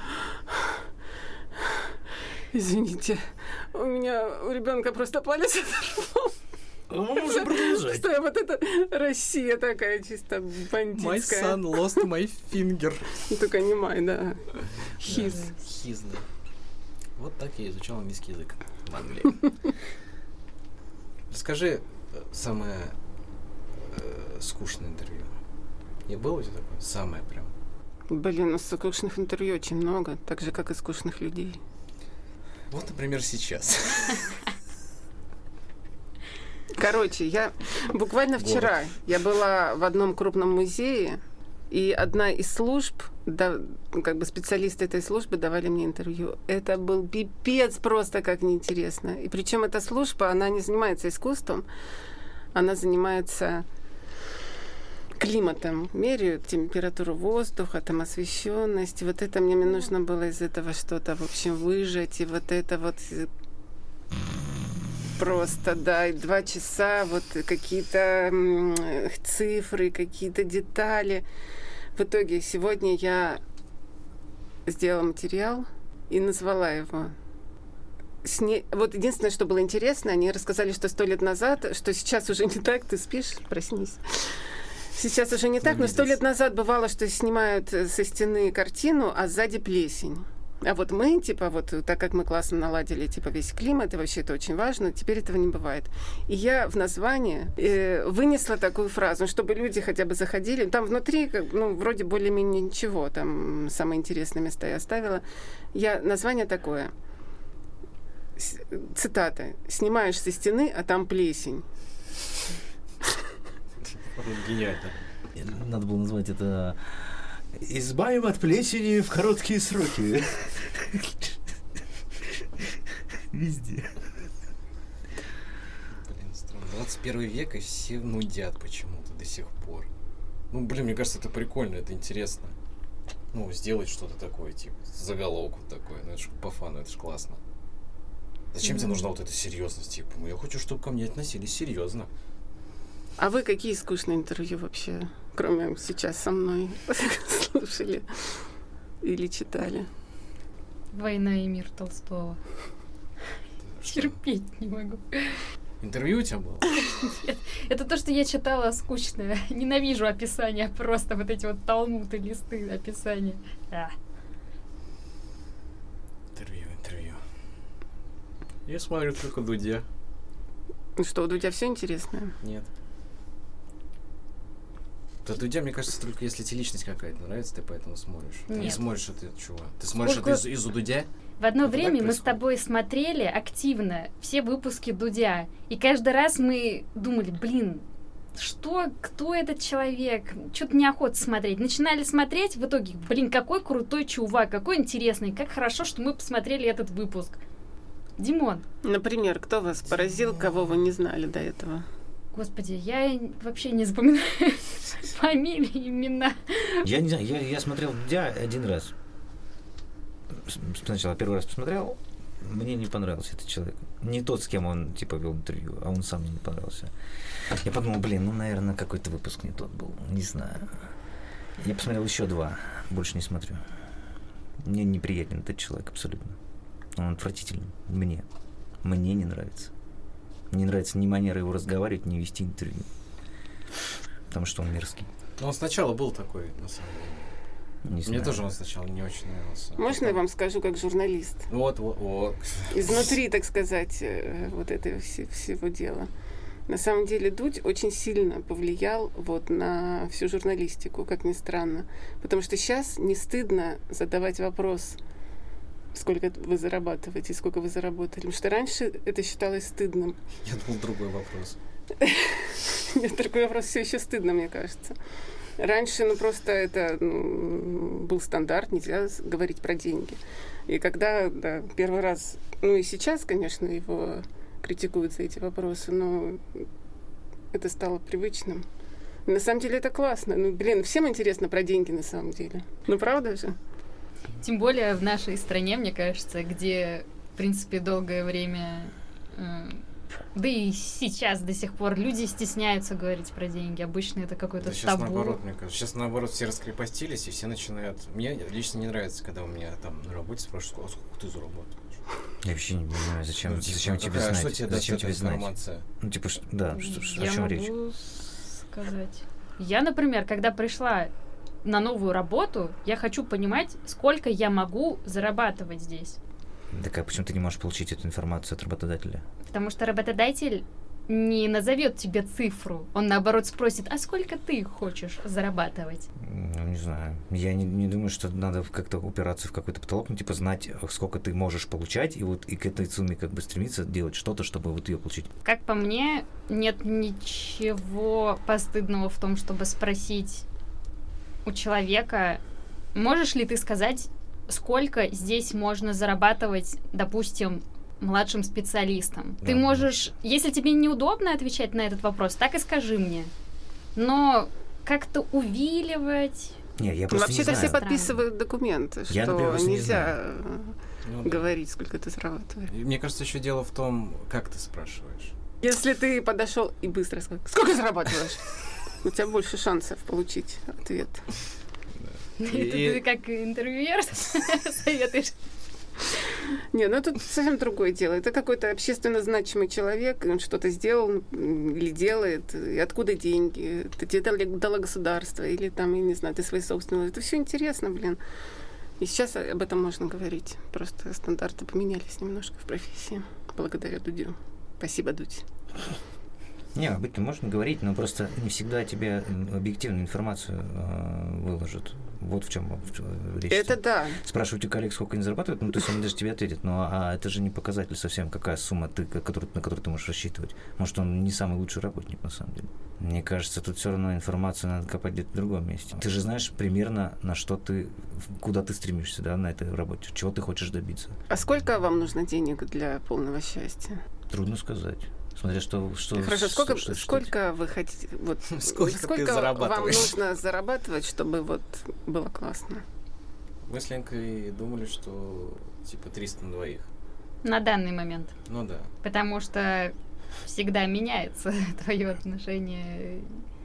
извините, у ребенка просто палец оторвал. Мы можем продолжать. Что вот это Россия такая чисто бандитская. My son lost my finger. Только не my, да. His, да. Вот так я изучал английский язык в Англии. Расскажи самое скучное интервью. Не было у тебя такое? Самое прям. Блин, скучных интервью очень много, так же, как и скучных людей. Вот, например, сейчас. Короче, я буквально вчера я была в одном крупном музее, и одна из служб, как бы специалисты этой службы давали мне интервью. Это был пипец просто как неинтересно. И причем эта служба, она не занимается искусством, она занимается климатом, меряют температуру воздуха, там освещенность. Вот это мне нужно было из этого что-то, в общем, выжать, и вот это вот... Просто, да, 2 часа, вот какие-то цифры, какие-то детали. В итоге сегодня я сделала материал и назвала его. Вот единственное, что было интересно, они рассказали, что 100 лет назад, что сейчас уже не так, ты спишь, проснись. Сейчас уже не так, но 100 лет назад бывало, что снимают со стены картину, а сзади плесень. А вот мы, типа, вот так как мы классно наладили, типа, весь климат, и вообще это очень важно, теперь этого не бывает. И я в название вынесла такую фразу, чтобы люди хотя бы заходили. Там внутри, ну, вроде более-менее ничего, там самые интересные места я оставила. Название такое. Цитата. «Снимаешь со стены, а там плесень». Гениально. Надо было назвать это... «Избавим от плесени в короткие сроки». Везде. Блин, странно. 21 век, и все нудят почему-то до сих пор. Ну, блин, мне кажется, это прикольно, это интересно. Ну, сделать что-то такое, типа, заголовок вот такой. Ну, это же по фану, это же классно. Зачем тебе нужна вот эта серьезность? Типа, я хочу, чтобы ко мне относились серьезно. А вы какие скучные интервью вообще, кроме сейчас со мной, слушали или читали? «Война и мир» Толстого. Что? Терпеть не могу. Интервью у тебя было? Нет, это то, что я читала скучное. Ненавижу описания, просто вот эти вот талмуды, листы описания. Интервью. Я смотрю только Дудя. Ну что, у Дудя все интересное? Нет. Да Дудя, мне кажется, только если тебе личность какая-то нравится, ты поэтому смотришь. Ты не Нет. смотришь это, чего? Ты смотришь Сколько- это из-за Дудя? В одно Это так время мы с происходит? тобой смотрели активно все выпуски Дудя. И каждый раз мы думали, блин, кто этот человек? Что-то неохота смотреть. Начинали смотреть, в итоге, блин, какой крутой чувак, какой интересный. Как хорошо, что мы посмотрели этот выпуск. Димон. Например, кто вас поразил, кого вы не знали до этого? Господи, я вообще не запоминаю фамилии, имена. Я не знаю, я смотрел Дудя один раз. Сначала первый раз посмотрел, мне не понравился этот человек. Не тот, с кем он типа вел интервью, а он сам мне не понравился. Я подумал, наверное, какой-то выпуск не тот был, не знаю. Я посмотрел еще 2, больше не смотрю. Мне неприятен этот человек абсолютно. Он отвратительный. Мне не нравится. Не нравится ни манера его разговаривать, ни вести интервью. Потому что он мерзкий. Ну, он сначала был такой, на самом деле. Не Мне знаю. тоже он сначала не очень нравился. Можно я вам скажу как журналист? Вот. Изнутри, так сказать, вот этого всего дела. На самом деле Дудь очень сильно повлиял вот на всю журналистику, как ни странно. Потому что сейчас не стыдно задавать вопрос, сколько вы зарабатываете, сколько вы заработали. Потому что раньше это считалось стыдным. Я думал, другой вопрос. Нет, такой вопрос все еще стыдно, мне кажется. Раньше, просто это был стандарт, нельзя говорить про деньги. И когда, первый раз, и сейчас, конечно, его критикуют за эти вопросы, но это стало привычным. На самом деле это классно. Всем интересно про деньги на самом деле. Правда же? Тем более в нашей стране, мне кажется, где, в принципе, долгое время, да и сейчас до сих пор люди стесняются говорить про деньги. Обычно это какой-то Да, сейчас табу. наоборот, мне кажется. Сейчас наоборот все раскрепостились, и все начинают... Мне лично не нравится, когда у меня там на работе спрашивают, сколько ты заработаешь. Я вообще не понимаю, зачем тебе Что знать? тебе Зачем даст тебе эта знать? информация? О Я чем речь? могу сказать. Я, например, когда пришла на новую работу, я хочу понимать, сколько я могу зарабатывать здесь. Так а почему ты не можешь получить эту информацию от работодателя? Потому что работодатель не назовет тебе цифру. Он, наоборот, спросит, а сколько ты хочешь зарабатывать? Не знаю. Я не думаю, что надо как-то упираться в какой-то потолок, знать, сколько ты можешь получать, и к этой сумме стремиться делать что-то, чтобы ее получить. Как по мне, нет ничего постыдного в том, чтобы спросить у человека, можешь ли ты сказать, сколько здесь можно зарабатывать, допустим, младшим специалистам. Да. Ты можешь, если тебе неудобно отвечать на этот вопрос, так и скажи мне. Но как-то увиливать... Не, я просто Вообще-то не все знаю. подписывают документы, Я, что например, просто не нельзя Ну да. говорить, сколько ты зарабатываешь. И мне кажется, еще дело в том, как ты спрашиваешь. Если ты подошел и быстро сказал, сколько зарабатываешь, у тебя больше шансов получить ответ. Это ты как интервьюер советуешь? Не, тут совсем другое дело. Это какой-то общественно значимый человек, он что-то сделал или делает, и откуда деньги, это тебе дало государство, или там, я не знаю, ты свои собственные. Это все интересно, И сейчас об этом можно говорить. Просто стандарты поменялись немножко в профессии, благодаря Дудю. Спасибо, Дудь. Не, об этом можно говорить, но просто не всегда тебе объективную информацию выложат. Вот в чем речь. Это да. Спрашивать у коллег, сколько они зарабатывают, то есть они даже тебе ответят, а это же не показатель совсем, какая сумма, на которую ты можешь рассчитывать. Может, он не самый лучший работник, на самом деле. Мне кажется, тут все равно информацию надо копать где-то в другом месте. Ты же знаешь примерно, куда ты стремишься, на этой работе, чего ты хочешь добиться. А сколько вам нужно денег для полного счастья? Трудно сказать. Смотря что... Хорошо, сколько вы хотите... Сколько ты вам зарабатываешь? нужно зарабатывать, чтобы было классно? Мы с Ленкой думали, что 300 на двоих. На данный момент. Ну да. Потому что всегда меняется твое отношение.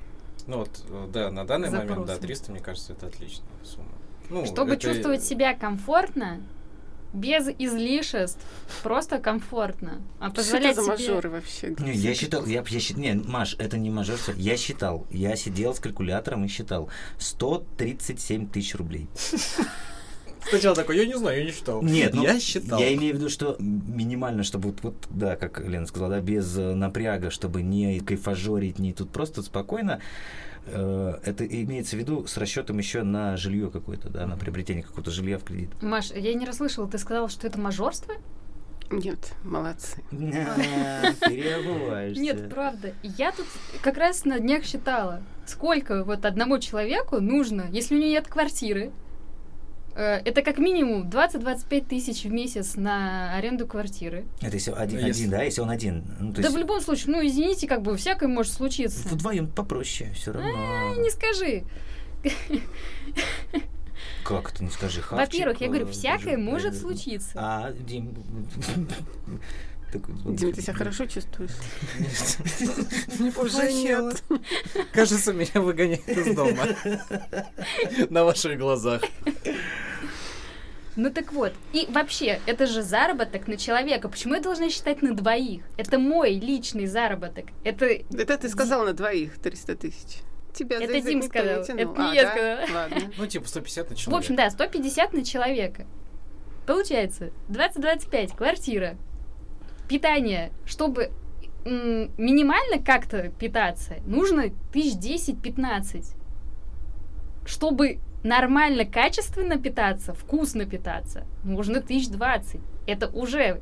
На данный момент, Запросы. 300, мне кажется, это отличная сумма. Чтобы чувствовать себя комфортно, без излишеств, просто комфортно. А позволять что это за себе... мажоры вообще? Не, я считал, не, Маш, это не мажорство. Я считал, я сидел с калькулятором и считал 137 тысяч рублей. Сначала такой, я не знаю, я не считал. Нет, я считал. Я имею в виду, что минимально, чтобы вот, да, как Лена сказала, да, без напряга, чтобы не кайфажорить, не тут просто спокойно. Это имеется в виду с расчетом еще на жилье какое-то, да, на приобретение какого-то жилья в кредит. Маш, я не расслышала, ты сказала, что это мажорство? Нет, молодцы. Переобуваешься. Нет, правда. Я тут как раз на днях считала, сколько вот одному человеку нужно, если у него нет квартиры, это как минимум 20-25 тысяч в месяц на аренду квартиры. Это если один, да, если он один. Ну, то да есть... в любом случае, ну извините, как бы всякое может случиться. Вдвоем попроще, все равно. Не скажи. Как это, не скажи, хавчик? Во-первых, я говорю, всякое может случиться. Дим... Дим, ты себя хорошо чувствуешь? Уже нет. Кажется, меня выгоняют из дома. На ваших глазах. Ну так вот, и вообще, это же заработок на человека. Почему я должна считать на двоих? Это мой личный заработок. Это ты сказал на двоих 300 тысяч. Тебя это Дим сказал. Это не я сказала. Ладно. Ну, типа 150 на человека. В общем, да, 150 на человека. Получается, 20-25, квартира, питание. Чтобы минимально как-то питаться, нужно 10-15. Чтобы нормально, качественно питаться, вкусно питаться, нужно 20. Это уже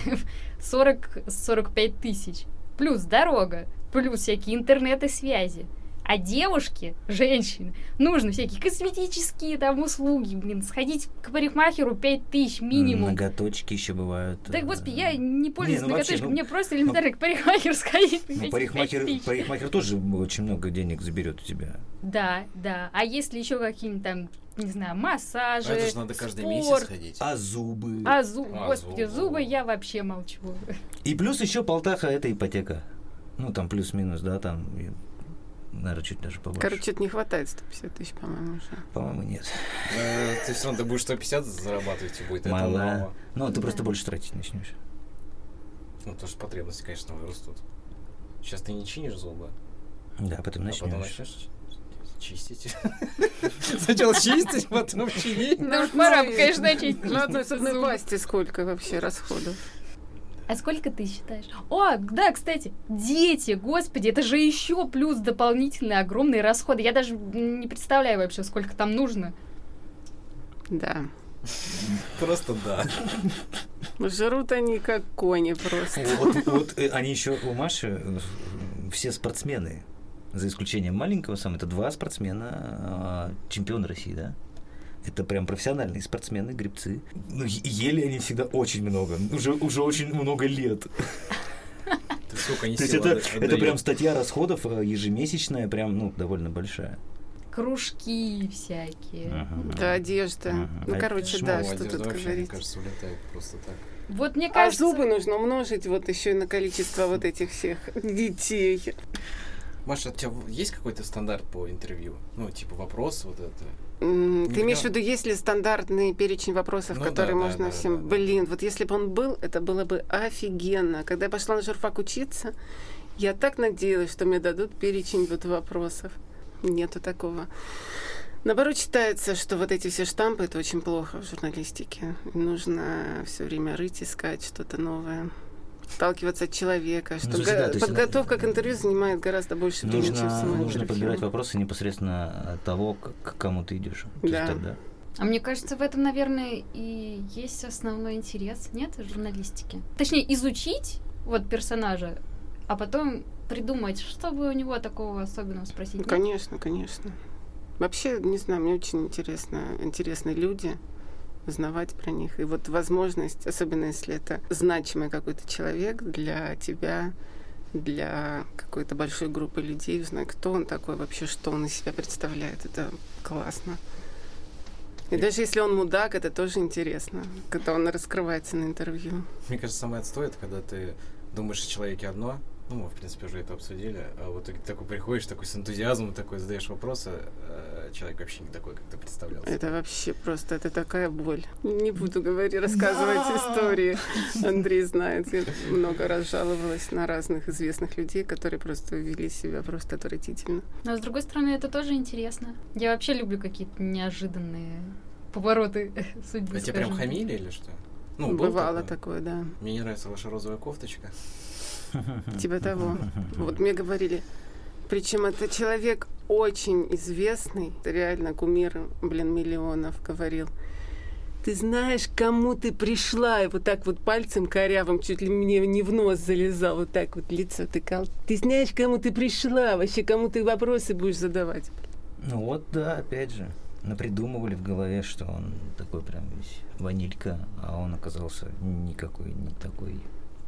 40-45 тысяч. Плюс дорога, плюс всякие интернет и связи. А девушке, женщине, нужно всякие косметические там услуги, сходить к парикмахеру 5 тысяч минимум. Ноготочки еще бывают. Да, господи, я не пользуюсь ноготочками, мне просто ну, элементарно к парикмахеру сходить. Ну, парикмахер тоже очень много денег заберет у тебя. Да. А если еще какие-нибудь там, не знаю, массажи, это же надо каждый спорт. Месяц ходить. А зубы? Господи, зубы я вообще молчу. И плюс еще полтаха — это ипотека. Ну, там плюс-минус, да, там... Наверное, чуть даже побольше. Короче, что-то не хватает 150 тысяч, по-моему, уже. По-моему, нет. Ты все равно будешь 150 зарабатывать, и будет мало. Это мало. Ну, ты просто больше тратить начнешь. Ну, потому что потребности, конечно, вырастут. Сейчас ты не чинишь зубы. Да, потом начнешь. А потом начнешь чистить. Сначала чистить, потом чинить. Да уж пора, конечно, чистить. На одной зубной пасте сколько вообще расходов? А сколько ты считаешь? О, да, кстати, дети, господи, это же еще плюс дополнительные огромные расходы. Я даже не представляю вообще, сколько там нужно. Да. Просто да. Жрут они как кони просто. Вот они еще у Маши все спортсмены, за исключением маленького сам, это 2 спортсмена, чемпиона России, да? Это прям профессиональные спортсмены, гребцы. Ну, ели они всегда очень много. Уже очень много лет. То есть это прям статья расходов ежемесячная, прям, ну, довольно большая. Кружки всякие. Да, одежда. Ну, короче, да, что тут говорить. Мне кажется, улетает просто так. Вот мне кажется... А зубы нужно умножить вот еще и на количество вот этих всех детей. Маша, у тебя есть какой-то стандарт по интервью? Ну, типа вопрос вот это? Ты имеешь в виду, есть ли стандартный перечень вопросов, которые можно всем... Блин, вот если бы он был, это было бы офигенно. Когда я пошла на журфак учиться, я так надеялась, что мне дадут перечень вот вопросов. Нету такого. Наоборот, считается, что вот эти все штампы — это очень плохо в журналистике. Нужно все время рыть, искать что-то новое. Отталкиваться от человека. Что подготовка к интервью занимает гораздо больше времени, чем само интервью. Нужно подбирать вопросы непосредственно от того, к кому ты идешь. Да. А мне кажется, в этом, наверное, и есть основной интерес, нет, журналистики? Точнее, изучить вот персонажа, а потом придумать, что бы у него такого особенного спросить. Конечно. Вообще, не знаю, мне очень интересны люди, узнавать про них. И вот возможность, особенно если это значимый какой-то человек для тебя, для какой-то большой группы людей, узнать, кто он такой вообще, что он из себя представляет. Это классно. И даже если он мудак, это тоже интересно, когда он раскрывается на интервью. Мне кажется, самое отстой — это когда ты думаешь о человеке одно, Ну, мы, в принципе, уже это обсудили. А вот ты такой приходишь, такой с энтузиазмом, такой задаешь вопросы, а человек вообще не такой, как ты представлял. Это вообще просто, это такая боль. Не буду рассказывать истории. Андрей знает. Я много раз жаловалась на разных известных людей, которые просто вели себя просто отвратительно. Но, с другой стороны, это тоже интересно. Я вообще люблю какие-то неожиданные повороты судьбы. А тебе прям хамили или что? Ну, бывало такое, да. Мне не нравится ваша розовая кофточка. Типа того. Вот мне говорили, причем это человек очень известный, реально кумир, миллионов, говорил: ты знаешь, кому ты пришла? И вот так вот пальцем корявым чуть ли мне не в нос залезал, вот так вот лицо тыкал. Ты знаешь, кому ты пришла? Вообще, кому ты вопросы будешь задавать? Ну вот, да, опять же. Напридумывали в голове, что он такой прям весь ванилька, а он оказался никакой, не такой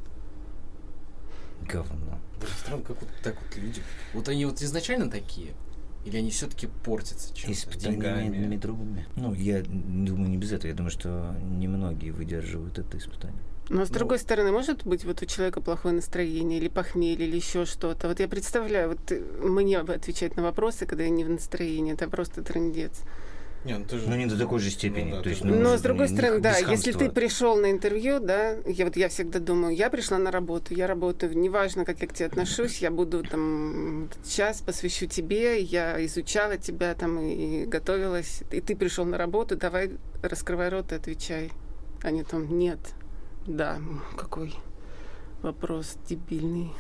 говно. Даже странно, как вот так вот люди. Вот они вот изначально такие? Или они все-таки портятся чем-то? Деньгами, трубами. Ну, я думаю, не без этого. Я думаю, что немногие выдерживают это испытание. Но с другой стороны, может быть, вот у человека плохое настроение, или похмелье, или еще что-то. Вот я представляю, вот мне отвечать на вопросы, когда я не в настроении, это просто трындец. Не до такой же степени. Ну, да, то есть, но с другой стороны, да, если ты пришел на интервью, да, я всегда думаю, я пришла на работу, я работаю, неважно, как я к тебе отношусь, я буду там час посвящу тебе, я изучала тебя там и готовилась, и ты пришел на работу, давай раскрывай рот и отвечай. Они там, нет, да, какой вопрос дебильный.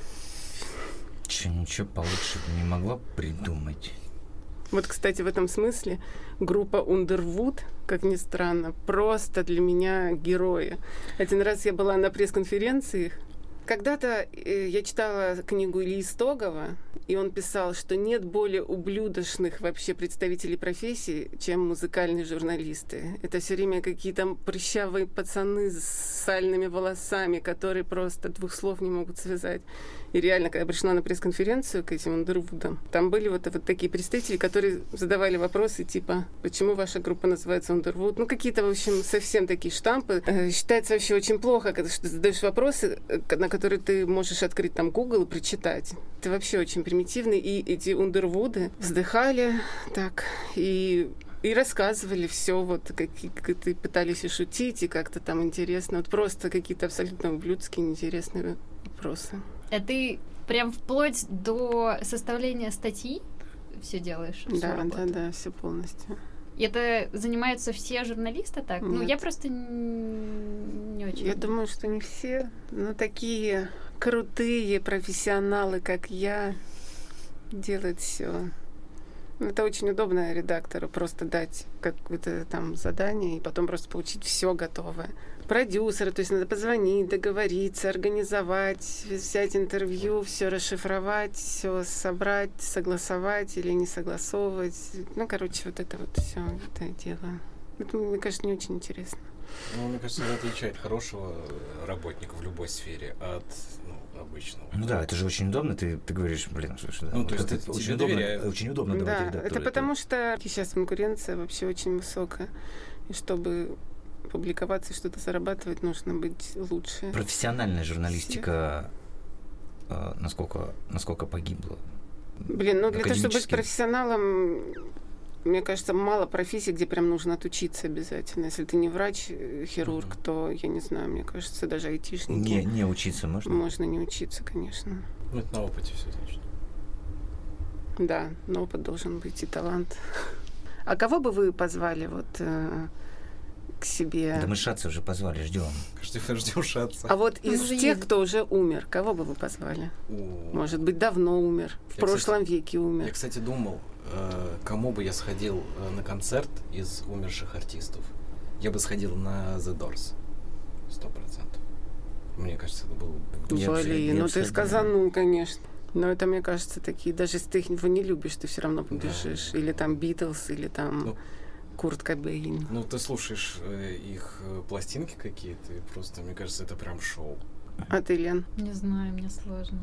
Ничего получше не могла придумать. Вот, кстати, в этом смысле группа Underwood, как ни странно, просто для меня герои. Один раз я была на пресс-конференции. Когда-то я читала книгу Ильи Стогова, и он писал, что нет более ублюдочных вообще представителей профессии, чем музыкальные журналисты. Это все время какие-то прыщавые пацаны с сальными волосами, которые просто двух слов не могут связать. И реально, когда я пришла на пресс-конференцию к этим Underwood'ам, там были вот такие представители, которые задавали вопросы типа, почему ваша группа называется Underwood? Ну, какие-то, в общем, совсем такие штампы. Считается вообще очень плохо, когда ты задаешь вопросы, на которые ты можешь открыть там Google и прочитать. Это вообще очень примитивно. И эти Underwood'ы вздыхали так и рассказывали все, вот как пытались и шутить, и как-то там интересно. Вот просто какие-то абсолютно ублюдские, неинтересные вопросы. А ты прям вплоть до составления статьи все делаешь? Да, все полностью. И это занимаются все журналисты так? Нет. Ну, я просто не очень... Я думаю, что не все, но такие крутые профессионалы, как я, делают все. Это очень удобно редактору просто дать какое-то там задание и потом просто получить все готовое. Продюсеры, то есть надо позвонить, договориться, организовать, взять интервью, все расшифровать, все собрать, согласовать или не согласовывать. Ну, короче, вот это вот все это дело. Это, мне кажется, не очень интересно. Ну, мне кажется, это отличает хорошего работника в любой сфере от обычного. Ну да, это же очень удобно, ты говоришь, слушай, да. Ну, то есть это очень удобно да, давать редактору. это потому что сейчас конкуренция вообще очень высокая. И чтобы публиковаться и что-то зарабатывать, нужно быть лучше. Профессиональная журналистика насколько погибла? Блин, ну для того, чтобы быть профессионалом, мне кажется, мало профессий, где прям нужно отучиться обязательно. Если ты не врач, хирург, то, я не знаю, мне кажется, даже айтишники... Не учиться можно? Можно не учиться, конечно. Ну, это на опыте все значит. Да, но опыт должен быть и талант. А кого бы вы позвали вот к себе? Да мы Шатца уже позвали, ждем. Ждем Шатца. А вот из тех, кто уже умер, кого бы вы позвали? Может быть, давно умер, в прошлом веке умер. Я, кстати, думал, кому бы я сходил на концерт из умерших артистов. Я бы сходил на The Doors. 100%. Мне кажется, это был... Блин, ну ты сказанул, конечно. Но это, мне кажется, такие... Даже если ты его не любишь, ты все равно побежишь. Да. Или там Битлз, или там Курт Кобейн. Ну, ты слушаешь их пластинки какие-то, и просто, мне кажется, это прям шоу. А ты, Лен? Не знаю, мне сложно.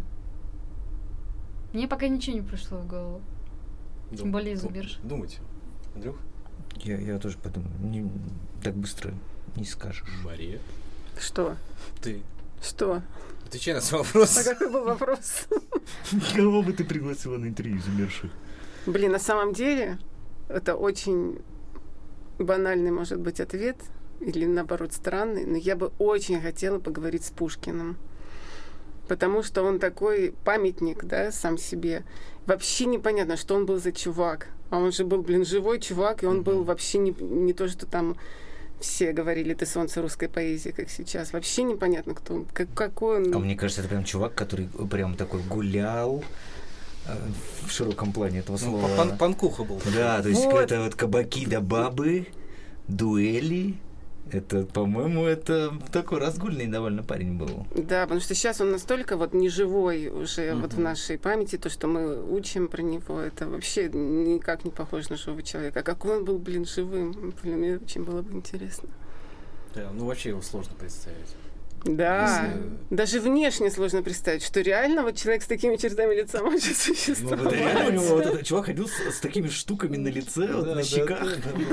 Мне пока ничего не пришло в голову. Тем более из умерших. Думайте. Андрюх? Я тоже подумаю. Так быстро не скажешь. Мария? Что? Ты. Что? Отвечай на свой вопрос. А какой был вопрос? Кого бы ты пригласила на интервью из умерших? Блин, на самом деле, это очень банальный, может быть, ответ, или, наоборот, странный, но я бы очень хотела поговорить с Пушкиным. Потому что он такой памятник, да, сам себе. Вообще непонятно, что он был за чувак. А он же был, блин, живой чувак, и он был вообще не то, что там все говорили, ты солнце русской поэзии, как сейчас. Вообще непонятно, кто он, какой он. А мне кажется, это прям чувак, который прям такой гулял в широком плане этого слова. Панкуха был. Да, то есть Вот. это вот кабаки да бабы, дуэли. Это, по-моему, это такой разгульный довольно парень был. Да, потому что сейчас он настолько вот неживой уже вот в нашей памяти, то, что мы учим про него, это вообще никак не похоже на живого человека. А какой он был, блин, живым, блин, мне очень было бы интересно. Да, ну вообще его сложно представить. Да, Если- даже внешне сложно представить, что реально вот человек с такими чертами лица может Ну, существовать. это реально у него вот этот чувак ходил с такими штуками на лице, вот на щеках.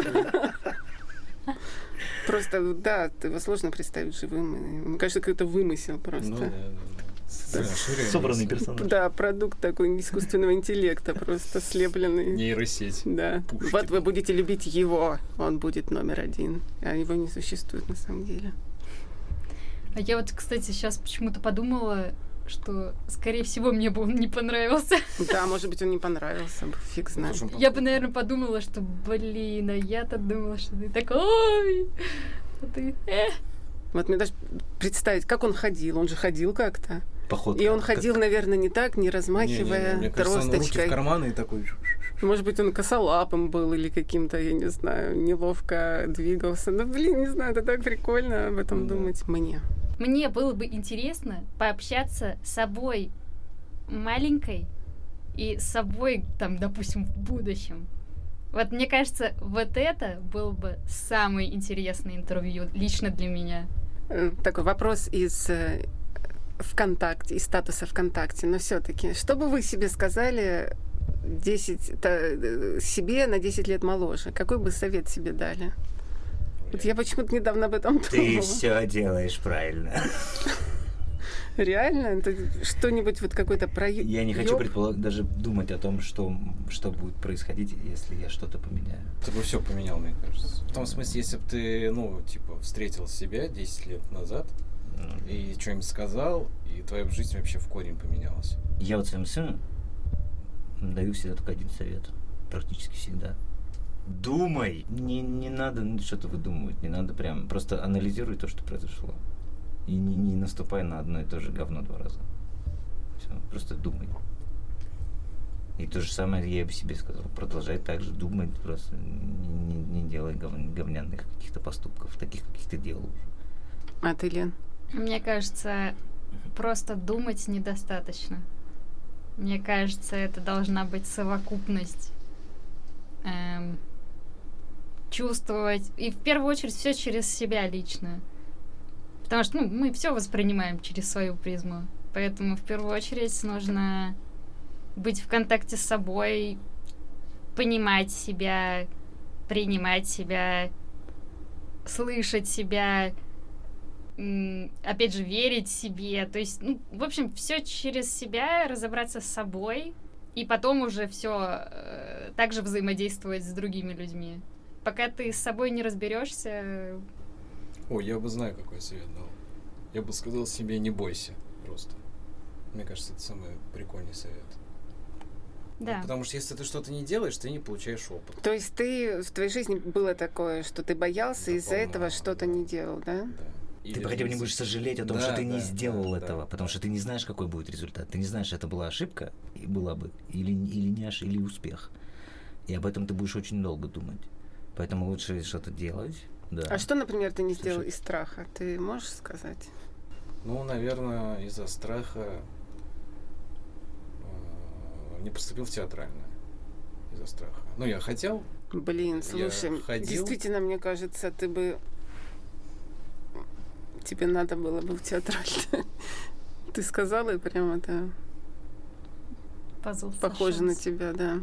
Просто, да, его сложно представить живым. И, мне кажется, какой-то вымысел просто. Ну, да. Собранный персонаж. Да, продукт такой искусственного интеллекта, просто слепленный. Нейросеть. Да. Пушкин. Вот вы будете любить его, он будет номер один. А его не существует на самом деле. А я вот, кстати, сейчас почему-то подумала, что, скорее всего, мне бы он не понравился. Да, может быть, он не понравился бы, фиг знает. Я бы, наверное, подумала, что, блин, а я-то думала, что ты такой, а ты, Вот мне даже представить, как он ходил. Он же ходил как-то. Походка. И он ходил, наверное, не так, не размахивая Мне кажется, он руки в тросточкой. карманы и такой... Может быть, он косолапым был или каким-то, я не знаю, неловко двигался. Ну, блин, не знаю, это так прикольно об этом думать мне. Мне было бы интересно пообщаться с собой маленькой и с собой, там, допустим, в будущем. Вот мне кажется, вот это было бы самое интересное интервью лично для меня. Такой вопрос из ВКонтакте, из статуса ВКонтакте. Но все-таки, что бы вы себе сказали себе на 10 лет моложе? Какой бы совет себе дали? Вот я почему-то недавно об этом Ты думала. все делаешь правильно. Реально? Это что-нибудь вот какой-то проект? Я не хочу даже думать о том, что будет происходить, если я что-то поменяю. Ты бы все поменял, мне кажется. В том смысле, если бы ты, ну, типа, встретил себя 10 лет назад и что-нибудь сказал, и твоя жизнь вообще в корень поменялась. Я вот своему сыну даю всегда только один совет. Практически всегда. Думай! Не надо что-то выдумывать, не надо прям. Просто анализируй то, что произошло. И не наступай на одно и то же говно 2 раза. Все, просто думай. И то же самое я бы себе сказал. Продолжай так же думать, просто не делай говняных каких-то поступков, таких, каких ты делал уже. А ты, Лен? Мне кажется, просто думать недостаточно. Мне кажется, это должна быть совокупность. Чувствовать. И в первую очередь все через себя лично. Потому что мы все воспринимаем через свою призму. Поэтому в первую очередь нужно быть в контакте с собой, понимать себя, принимать себя, слышать себя, опять же, верить себе. То есть, в общем, все через себя, разобраться с собой, и потом уже все также взаимодействовать с другими людьми. Пока ты с собой не разберешься. Ой, я бы знаю, какой совет дал. Я бы сказал себе: не бойся просто. Мне кажется, это самый прикольный совет. Да. Ну, потому что если ты что-то не делаешь, ты не получаешь опыт. То есть в твоей жизни было такое, что ты боялся, Да, из-за полно, этого что-то не делал, да? Да. Ты хотя бы не будешь сожалеть о том, Да, что ты не да, сделал да, этого, да, потому что ты не знаешь, какой будет результат. Ты не знаешь, это была ошибка, и была бы, или не или успех. И об этом ты будешь очень долго думать. Поэтому лучше что-то делать. Да. А что, например, ты не сделал Слушай. из страха? Ты можешь сказать? Ну, наверное, из-за страха не поступил в театральное. Из-за страха. Ну, я хотел. Блин, слушай, ходил. действительно, мне кажется, тебе надо было бы в театральное. Ты сказала, и прям это Пазл похоже на сошёлся. тебя, да.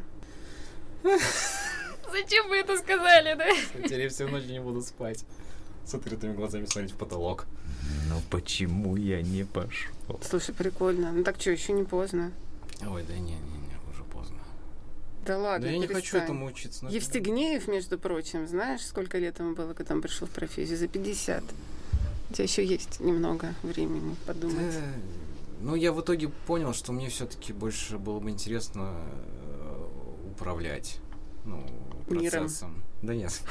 Зачем вы это сказали, да? Теперь я всю ночь не буду спать. С открытыми глазами смотреть в потолок. Ну, Почему я не пошел? Слушай, прикольно. Ну так что, еще не поздно. Ой, да не, уже поздно. Да ладно, Да я не перестань. хочу этому учиться. Евстигнеев, между прочим, знаешь, сколько лет ему было, когда он пришел в профессию? За 50. У тебя еще есть немного времени подумать. Да, ну, я в итоге понял, что мне все-таки больше было бы интересно управлять процессом. Миром. Да нет.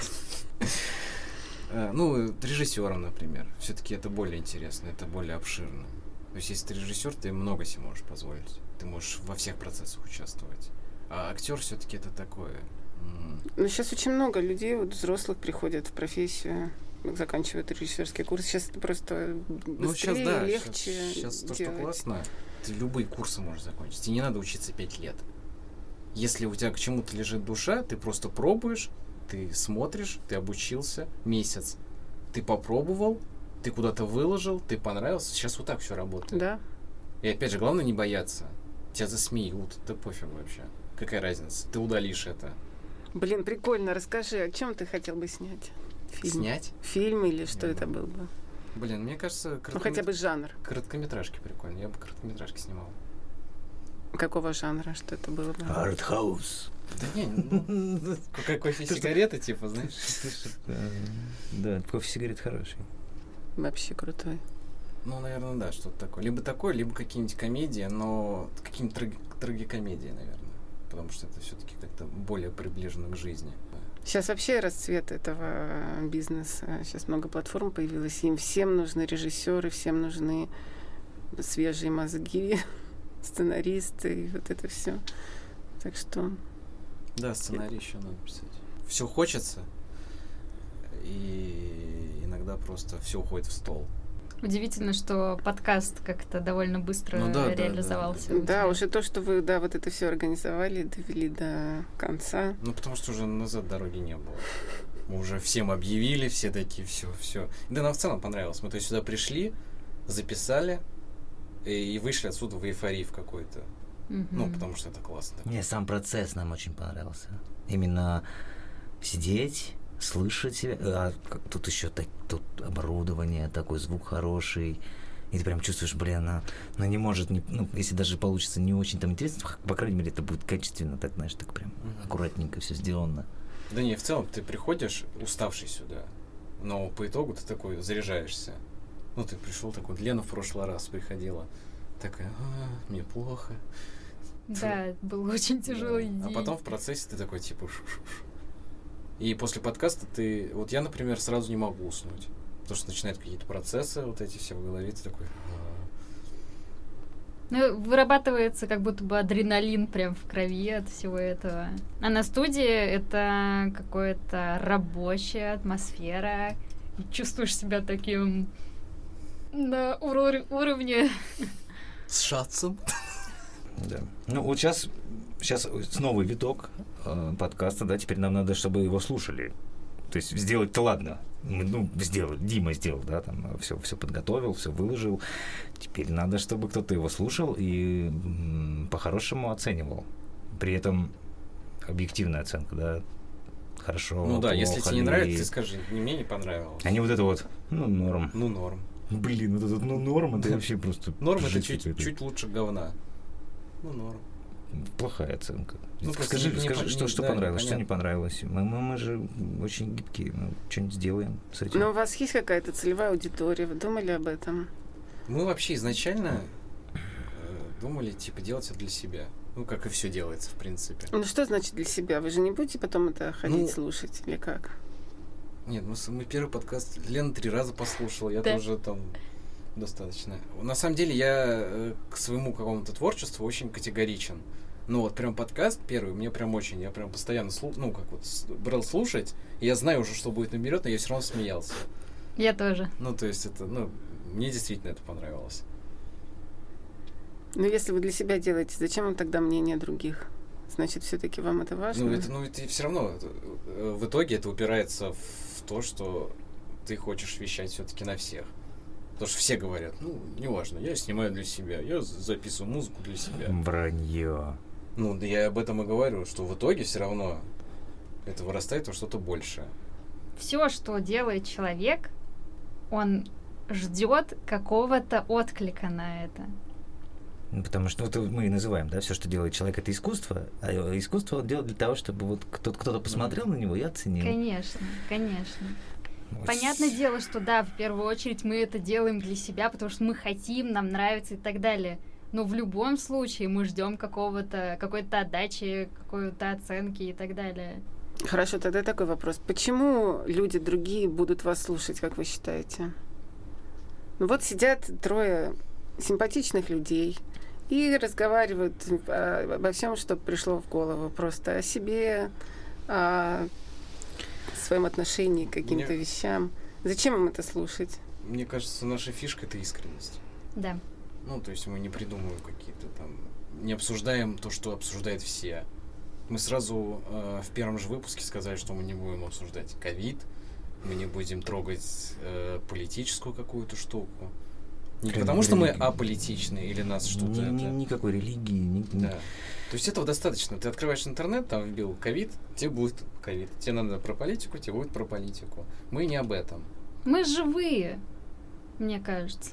Ну, режиссером, например. Все-таки это более интересно, это более обширно. То есть, если ты режиссер, ты много себе можешь позволить. Ты можешь во всех процессах участвовать. А актер все-таки это такое. Ну, сейчас очень много людей, вот взрослых, приходят в профессию, заканчивают режиссерский курс. Сейчас это просто быстрее, сейчас, да, легче сейчас то, что делать. классно, ты любые курсы можешь закончить. Тебе не надо учиться 5 лет. Если у тебя к чему-то лежит душа, ты просто пробуешь, ты смотришь, ты обучился месяц, ты попробовал, ты куда-то выложил, ты понравился. Сейчас вот так все работает. Да. И опять же, главное не бояться. Тебя засмеют, да пофиг вообще. Какая разница? Ты удалишь это. Блин, прикольно. Расскажи, о чем ты хотел бы снять? Фильм. Снять? Фильм или что это был бы? Блин, мне кажется, Ну, хотя бы жанр. короткометражки прикольно. Я бы короткометражки снимал. Какого жанра? Что это было бы? Артхаус. Да не, как кофе-сигарета, типа, знаешь? Да, кофе-сигарет хороший. Вообще крутой. Ну, наверное, да, что-то такое. Либо какие-нибудь комедии, но какие-нибудь трагикомедии, наверное. Потому что это все-таки как-то более приближено к жизни. Сейчас вообще расцвет этого бизнеса. Сейчас много платформ появилось. Им всем нужны режиссеры, всем нужны свежие мозги, сценаристы и вот это все. Так что... Да, сценарий еще надо писать. Все хочется, и иногда просто все уходит в стол. Удивительно, что подкаст как-то довольно быстро реализовался. Да, уже то, что вы, вот это все организовали, довели до конца. Ну, потому что уже назад дороги не было. Мы уже всем объявили, все такие, все. Да, нам в целом понравилось. Мы то есть сюда пришли, записали и вышли отсюда в эйфории в какой-то. Ну, потому что это классно. Мне сам процесс нам очень понравился. Именно сидеть, слышать себя. А тут еще тут оборудование, такой звук хороший. И ты прям чувствуешь, блин, она не может, если даже получится не очень там интересно, по крайней мере, это будет качественно, так, знаешь, так прям аккуратненько все сделано. Да не, в целом ты приходишь уставший сюда, но по итогу ты такой заряжаешься. Ну, ты пришел такой, Лена в прошлый раз приходила, такая, мне плохо. Да, был очень тяжелый день. А потом в процессе ты такой, типа, И после подкаста вот я, например, сразу не могу уснуть. Потому что начинают какие-то процессы вот эти все в голове, ты такой... Ну, вырабатывается как будто бы адреналин прям в крови от всего этого. А на студии это какая-то рабочая атмосфера. И чувствуешь себя таким на уровне... С шатцем. Да. Ну, вот сейчас новый виток подкаста, да, теперь нам надо, чтобы его слушали. То есть сделать-то ладно. Дима сделал, да, там все подготовил, все выложил. Теперь надо, чтобы кто-то его слушал и по-хорошему оценивал. При этом объективная оценка, да, хорошо, Ну да, плохо, если тебе не нравится, ты скажи, мне не понравилось. А не вот это вот, норм. Норм. Блин, вот этот норм, это вообще просто... Норм это чуть лучше говна. Норм. Плохая оценка. Ну, скажи, что понравилось, что непонятно. не понравилось. Мы же очень гибкие, мы что-нибудь сделаем с этим. Но у вас есть какая-то целевая аудитория? Вы думали об этом? Мы вообще изначально думали, типа, делать это для себя. Ну, как и все делается, в принципе. Ну, что значит для себя? Вы же не будете потом это ходить слушать или как? Нет, мы первый подкаст Лена 3 раза послушала, я тоже там достаточно. На самом деле я к своему какому-то творчеству очень категоричен. Ну вот прям подкаст первый, мне прям очень, я прям постоянно брал слушать, и я знаю уже, что будет наберет, но я все равно смеялся. Я тоже. Ну, то есть это, мне действительно это понравилось. Но если вы для себя делаете, зачем вам тогда мнение других? Значит, все-таки вам это важно? Это все равно, в итоге это упирается в то, что ты хочешь вещать все-таки на всех. Потому что все говорят, неважно, я снимаю для себя, я записываю музыку для себя. Вранье. Да я об этом и говорю, что в итоге все равно это вырастает во что-то большее. Все, что делает человек, он ждет какого-то отклика на это. Потому что мы и называем, да, все, что делает человек, это искусство, а искусство он делает для того, чтобы вот кто-то посмотрел на него и оценил. Конечно, конечно. Вот. Понятное дело, что да, в первую очередь мы это делаем для себя, потому что мы хотим, нам нравится и так далее. Но в любом случае мы ждем какой-то отдачи, какой-то оценки и так далее. Хорошо, тогда такой вопрос. Почему люди другие будут вас слушать, как вы считаете? Ну вот сидят трое симпатичных людей и разговаривают обо всем, что пришло в голову. Просто о себе, о своем отношении к каким-то вещам. Зачем им это слушать? Мне кажется, наша фишка — это искренность. Да. Ну, то есть мы не придумываем какие-то там... Не обсуждаем то, что обсуждают все. Мы сразу в первом же выпуске сказали, что мы не будем обсуждать ковид, мы не будем трогать политическую какую-то штуку. Не потому, что мы аполитичны или нас что-то... Никакой религии. Да. То есть этого достаточно. Ты открываешь интернет, там вбил ковид, тебе будет ковид. Тебе надо про политику, тебе будет про политику. Мы не об этом. Мы живые, мне кажется.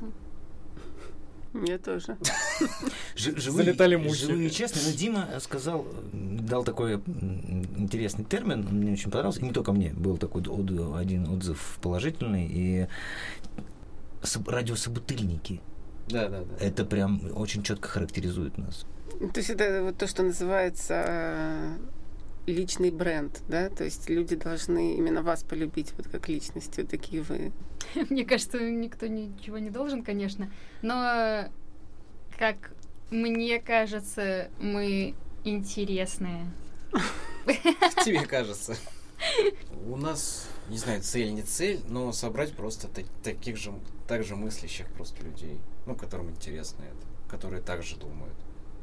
Мне тоже. Залетали мухи. Живые и честные. Но Дима дал такой интересный термин, он мне очень понравился. И не только мне, был такой один отзыв положительный. И радиособутыльники. Да. Это прям очень четко характеризует нас. То есть это вот то, что называется личный бренд, да? То есть люди должны именно вас полюбить, вот как личность, вот такие вы. Мне кажется, никто ничего не должен, конечно. Но, как мне кажется, мы интересные. Тебе кажется. У нас, не знаю, цель не цель, но собрать просто так же мыслящих просто людей, которым интересно это, которые так же думают.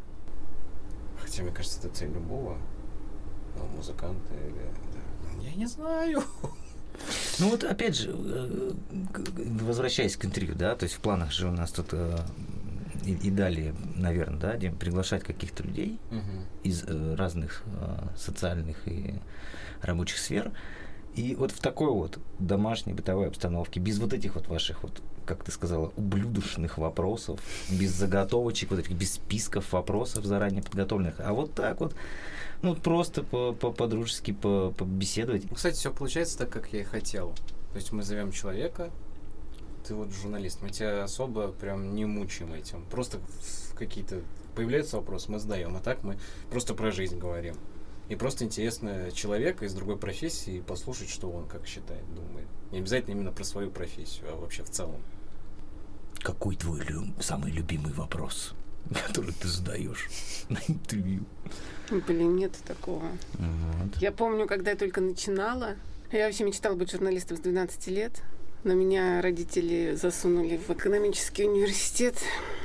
Хотя, мне кажется, это цель любого музыканта или... Я не знаю. Ну вот, опять же, возвращаясь к интервью, да, то есть в планах же у нас тут и далее, наверное, да, Дим, приглашать каких-то людей из разных социальных и рабочих сфер. И вот в такой вот домашней бытовой обстановке, без вот этих вот ваших вот, как ты сказала, ублюдочных вопросов, без заготовочек, вот этих, без списков вопросов заранее подготовленных, а вот так вот, просто по-дружески побеседовать. Кстати, все получается так, как я и хотел. То есть мы зовем человека, ты вот журналист, мы тебя особо прям не мучаем этим. Просто какие-то появляются вопросы, мы задаем, а так мы просто про жизнь говорим. И просто интересно человека из другой профессии послушать, что он как считает, думает. Не обязательно именно про свою профессию, а вообще в целом. Какой твой самый любимый вопрос, который ты задаешь на интервью? Блин, нет такого. Вот. Я помню, когда я только начинала, я вообще мечтала быть журналистом с 12 лет, но меня родители засунули в экономический университет.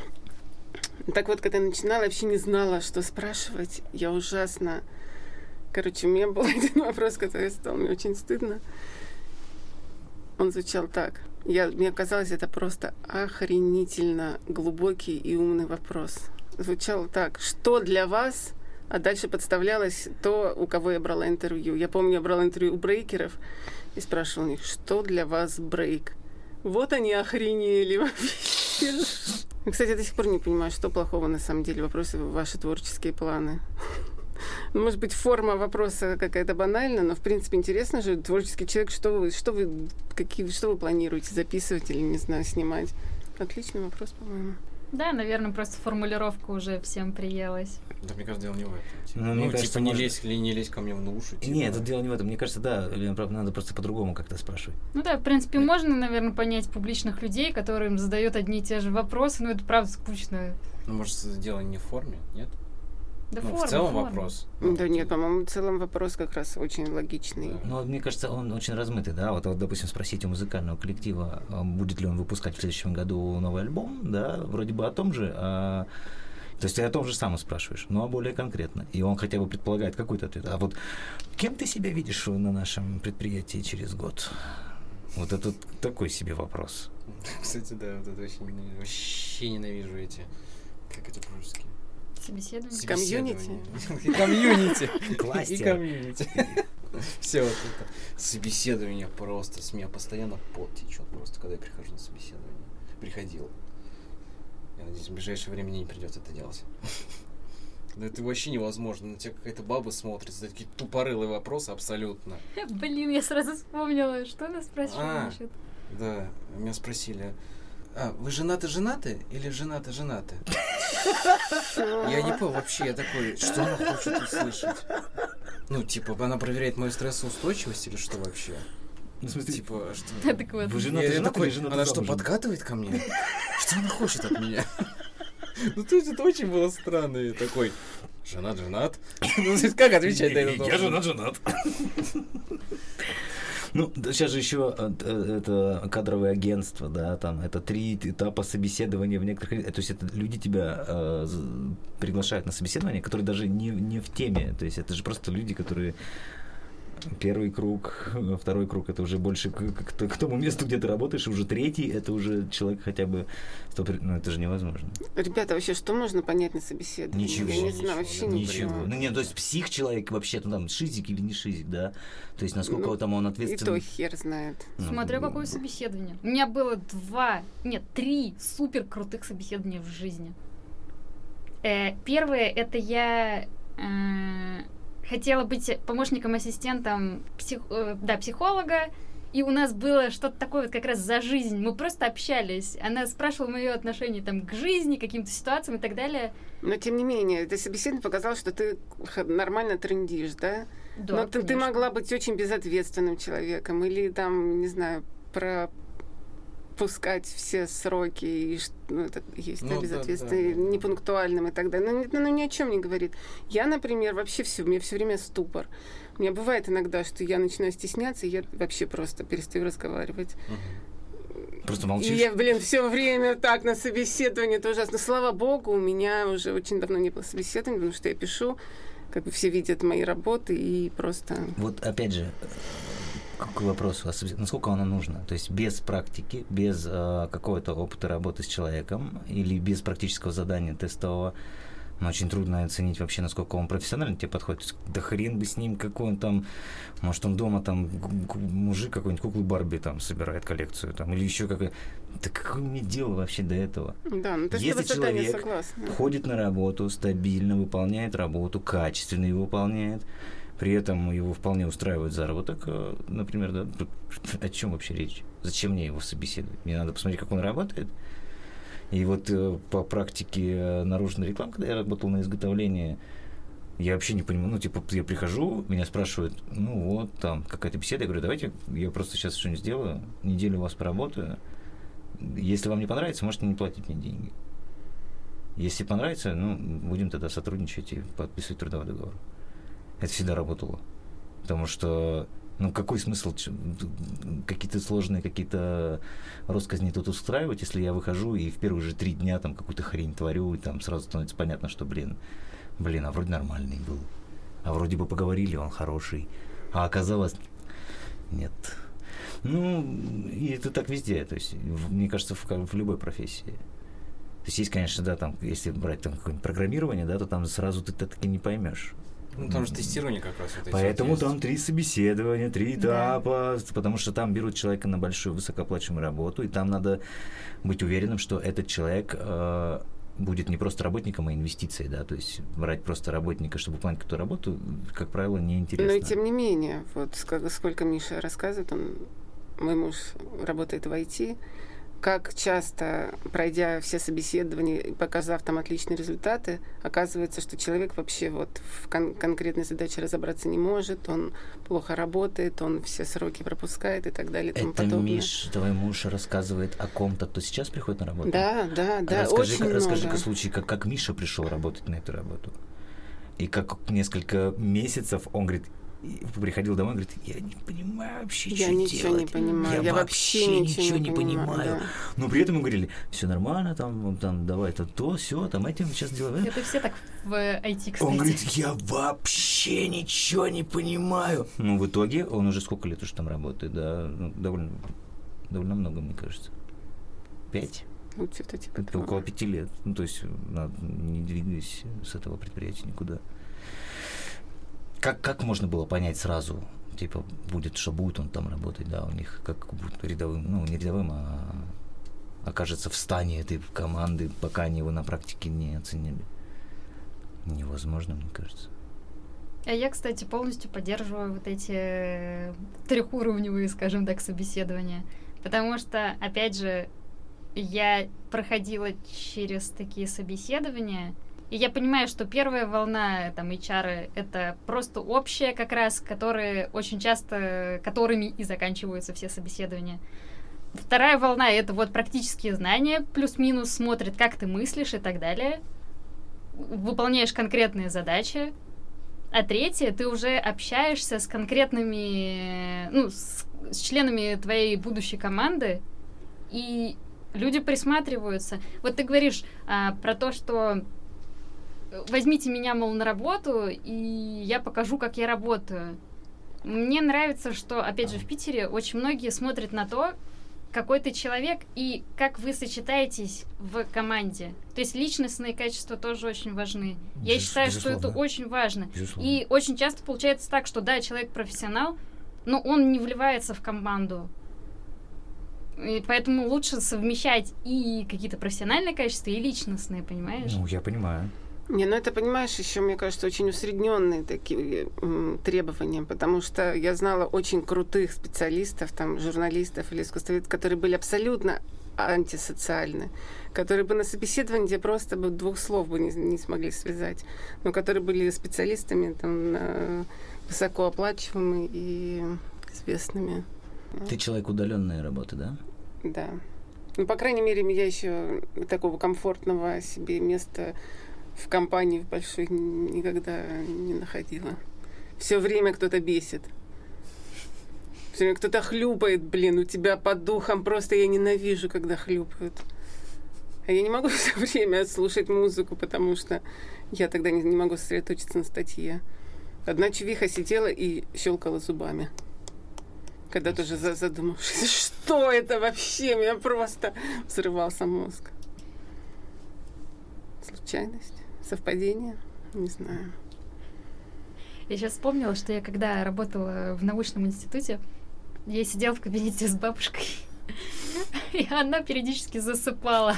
Так вот, когда я начинала, я вообще не знала, что спрашивать. Я ужасно... Короче, у меня был один вопрос, который стал мне очень стыдно. Он звучал так. Мне казалось, это просто охренительно глубокий и умный вопрос. Звучал так. Что для вас? А дальше подставлялось то, у кого я брала интервью. Я помню, я брала интервью у брейкеров и спрашивала у них, что для вас брейк? Вот они охренели вообще. Кстати, я до сих пор не понимаю, что плохого на самом деле. Вопросы в ваши творческие планы. Может быть, форма вопроса какая-то банальная, но, в принципе, интересно же, творческий человек, что вы планируете записывать или, не знаю, снимать? Отличный вопрос, по-моему. Да, наверное, просто формулировка уже всем приелась. Да, мне кажется, дело не в этом. Мне кажется, не лезь ко мне в уши. Нет, это дело не в этом. Мне кажется, да, надо просто по-другому как-то спрашивать. Да, в принципе, можно, наверное, понять публичных людей, которым задают одни и те же вопросы, но это правда скучно. Может, дело не в форме, нет? Да, в целом вопрос. Да нет, по-моему, в целом вопрос как раз очень логичный. Но мне кажется, он очень размытый, да. Вот, допустим, спросить у музыкального коллектива, будет ли он выпускать в следующем году новый альбом, да, вроде бы о том же, то есть ты о том же самом спрашиваешь, но более конкретно. И он хотя бы предполагает какой-то ответ. А вот кем ты себя видишь на нашем предприятии через год? Вот это такой себе вопрос. Кстати, да, вот это вообще ненавижу эти, как это по-русски? Собеседование. Комьюнити. Комьюнити. Кластер. И комьюнити. Все вот это собеседование просто, с меня постоянно пот течет просто, когда я прихожу на собеседование. Приходил. Я надеюсь, в ближайшее время мне не придется это делать. Да это вообще невозможно. На тебя какая-то баба смотрит, задает какие-то тупорылые вопросы абсолютно. Блин, я сразу вспомнила, что нас спрашивали насчет. Да, меня спросили, вы женаты или женаты? Я не понял вообще, я такой, что она хочет услышать? Ну, типа, она проверяет мою стрессоустойчивость или что вообще? Ну, в смысле, типа, что? Вы женаты такой, или женаты она что, замужем? подкатывает ко мне? Что она хочет от меня? Ну, то есть это очень было странно. И такой, женат. Ну, как отвечать на этот вопрос? Я женат. Ну, сейчас же еще это кадровое агентство, да, там это 3 этапа собеседования в некоторых... То есть это люди тебя приглашают на собеседование, которые даже не в теме. То есть это же просто люди, которые... Первый круг, второй круг, это уже больше к тому месту, где ты работаешь, и уже третий, это уже человек хотя бы... Ну, это же невозможно. Ребята, вообще, что можно понять на собеседовании? Ничего. Я не знаю, вообще ничего. Ну, нет, то есть псих человек вообще, ну, там, шизик или не шизик, да? То есть насколько там он ответственный. И то хер знает. Смотря какое собеседование. У меня было 3 супер крутых собеседования в жизни. Первое, это я... хотела быть помощником-ассистентом психолога, и у нас было что-то такое вот как раз за жизнь. Мы просто общались. Она спрашивала моё отношение там, к жизни, к каким-то ситуациям и так далее. Но, тем не менее, это собеседование показало, что ты нормально трындишь, да? Да, но ты могла быть очень безответственным человеком или, там, не знаю, пропускать все сроки, и, ну, это есть, да, безответственный, да. Непунктуальным и так далее. Ну, ни о чем не говорит. Я, например, вообще у меня все время ступор. У меня бывает иногда, что я начинаю стесняться, и я вообще просто перестаю разговаривать. Просто молчишь? И я, все время так на собеседовании, это ужасно. Слава богу, у меня уже очень давно не было собеседования, потому что я пишу, как бы все видят мои работы, и просто... Вот опять же, к вопросу, насколько оно нужно? То есть без практики, без какого-то опыта работы с человеком или без практического задания тестового, но очень трудно оценить вообще, насколько он профессионально тебе подходит. Да хрен бы с ним, какой он там, может, он дома там мужик какой-нибудь, куклы Барби там собирает коллекцию, там, или еще какой-то. Да какое мне дело вообще до этого? Да, ну, если человек ходит на работу, стабильно выполняет работу, качественно ее выполняет, при этом его вполне устраивает заработок, например, да, о чем вообще речь? Зачем мне его собеседовать? Мне надо посмотреть, как он работает. И вот по практике наружной рекламы, когда я работал на изготовлении, я вообще не понимаю, ну, типа, я прихожу, меня спрашивают, ну, вот, там, какая-то беседа, я говорю, давайте я просто сейчас что-нибудь сделаю, неделю у вас поработаю, если вам не понравится, можете не платить мне деньги. Если понравится, ну, будем тогда сотрудничать и подписывать трудовой договор. Это всегда работало, потому что... Ну, какой смысл какие-то сложные, какие-то россказни тут устраивать, если я выхожу и в первые же 3 дня там какую-то хрень творю, и там сразу становится понятно, что, блин, а вроде нормальный был, а вроде бы поговорили, он хороший, а оказалось, нет. Ну, и это так везде, то есть, мне кажется, в любой профессии. То есть, конечно, да, там, если брать там какое-нибудь программирование, да, то там сразу ты таки не поймешь. Ну, там же тестирование как раз. Вот поэтому вот там 3 собеседования, 3 этапа, потому что там берут человека на большую высокооплачиваемую работу, и там надо быть уверенным, что этот человек будет не просто работником, а инвестицией, да, то есть брать просто работника, чтобы выполнять какую-то работу, как правило, неинтересно. Но и тем не менее, вот сколько Миша рассказывает, мой муж работает в IT, как часто, пройдя все собеседования и показав там отличные результаты, оказывается, что человек вообще вот в конкретной задаче разобраться не может, он плохо работает, он все сроки пропускает и так далее и тому подобное. Это Миш, твой муж рассказывает о ком-то, кто сейчас приходит на работу? Да, Расскажи-ка случай, как Миша пришел работать на эту работу. И как несколько месяцев он говорит, приходил домой и говорит, я не понимаю вообще, что делать. Я ничего не понимаю. Я вообще ничего не понимаю. Да. Но при этом мы говорили, все нормально, там давай, то, все, там этим сейчас делаем. Это все так в IT, кстати. Он говорит, я вообще ничего не понимаю. Ну, в итоге он уже сколько лет уже там работает, да, ну, довольно много, мне кажется. 5? Ну, что-то типа это около 5 лет. Ну, то есть, не двигаясь с этого предприятия никуда. Как можно было понять сразу, типа, что будет он там работать, да, у них как будет рядовым, ну, не рядовым, а окажется в стане этой команды, пока они его на практике не оценили. Невозможно, мне кажется. А я, кстати, полностью поддерживаю вот эти трехуровневые, скажем так, собеседования. Потому что, опять же, я проходила через такие собеседования, и я понимаю, что первая волна, там, HR, это просто общая как раз, которые очень часто, которыми и заканчиваются все собеседования. Вторая волна — это вот практические знания, плюс-минус смотрит, как ты мыслишь и так далее. Выполняешь конкретные задачи. А третья, ты уже общаешься с конкретными, ну, с членами твоей будущей команды, и люди присматриваются. Вот ты говоришь про то, что возьмите меня, мол, на работу, и я покажу, как я работаю. Мне нравится, что, опять же, в Питере очень многие смотрят на то, какой ты человек и как вы сочетаетесь в команде. То есть личностные качества тоже очень важны. Я считаю, что это очень важно. Безусловно. И очень часто получается так, что да, человек профессионал, но он не вливается в команду. И поэтому лучше совмещать и какие-то профессиональные качества, и личностные, понимаешь? Ну, я понимаю. Не, ну это, понимаешь, еще, мне кажется, очень усредненные такие требования, потому что я знала очень крутых специалистов, там, журналистов или искусствоведов, которые были абсолютно антисоциальны, которые бы на собеседовании где просто бы двух слов бы не смогли связать, но которые были специалистами, там, высокооплачиваемыми и известными. Ты человек удаленной работы, да? Да. Ну, по крайней мере, я еще такого комфортного себе места в компании в большой никогда не находила. Все время кто-то бесит. Все время кто-то хлюпает, блин, у тебя под духом. Просто я ненавижу, когда хлюпают. А я не могу все время слушать музыку, потому что я тогда не могу сосредоточиться на статье. Одна чувиха сидела и щелкала зубами. Когда тоже задумавшись, что это вообще? У меня просто взрывался мозг. Случайность? Совпадение? Не знаю. Я сейчас вспомнила, что я когда работала в научном институте, я сидела в кабинете с бабушкой, и она периодически засыпала.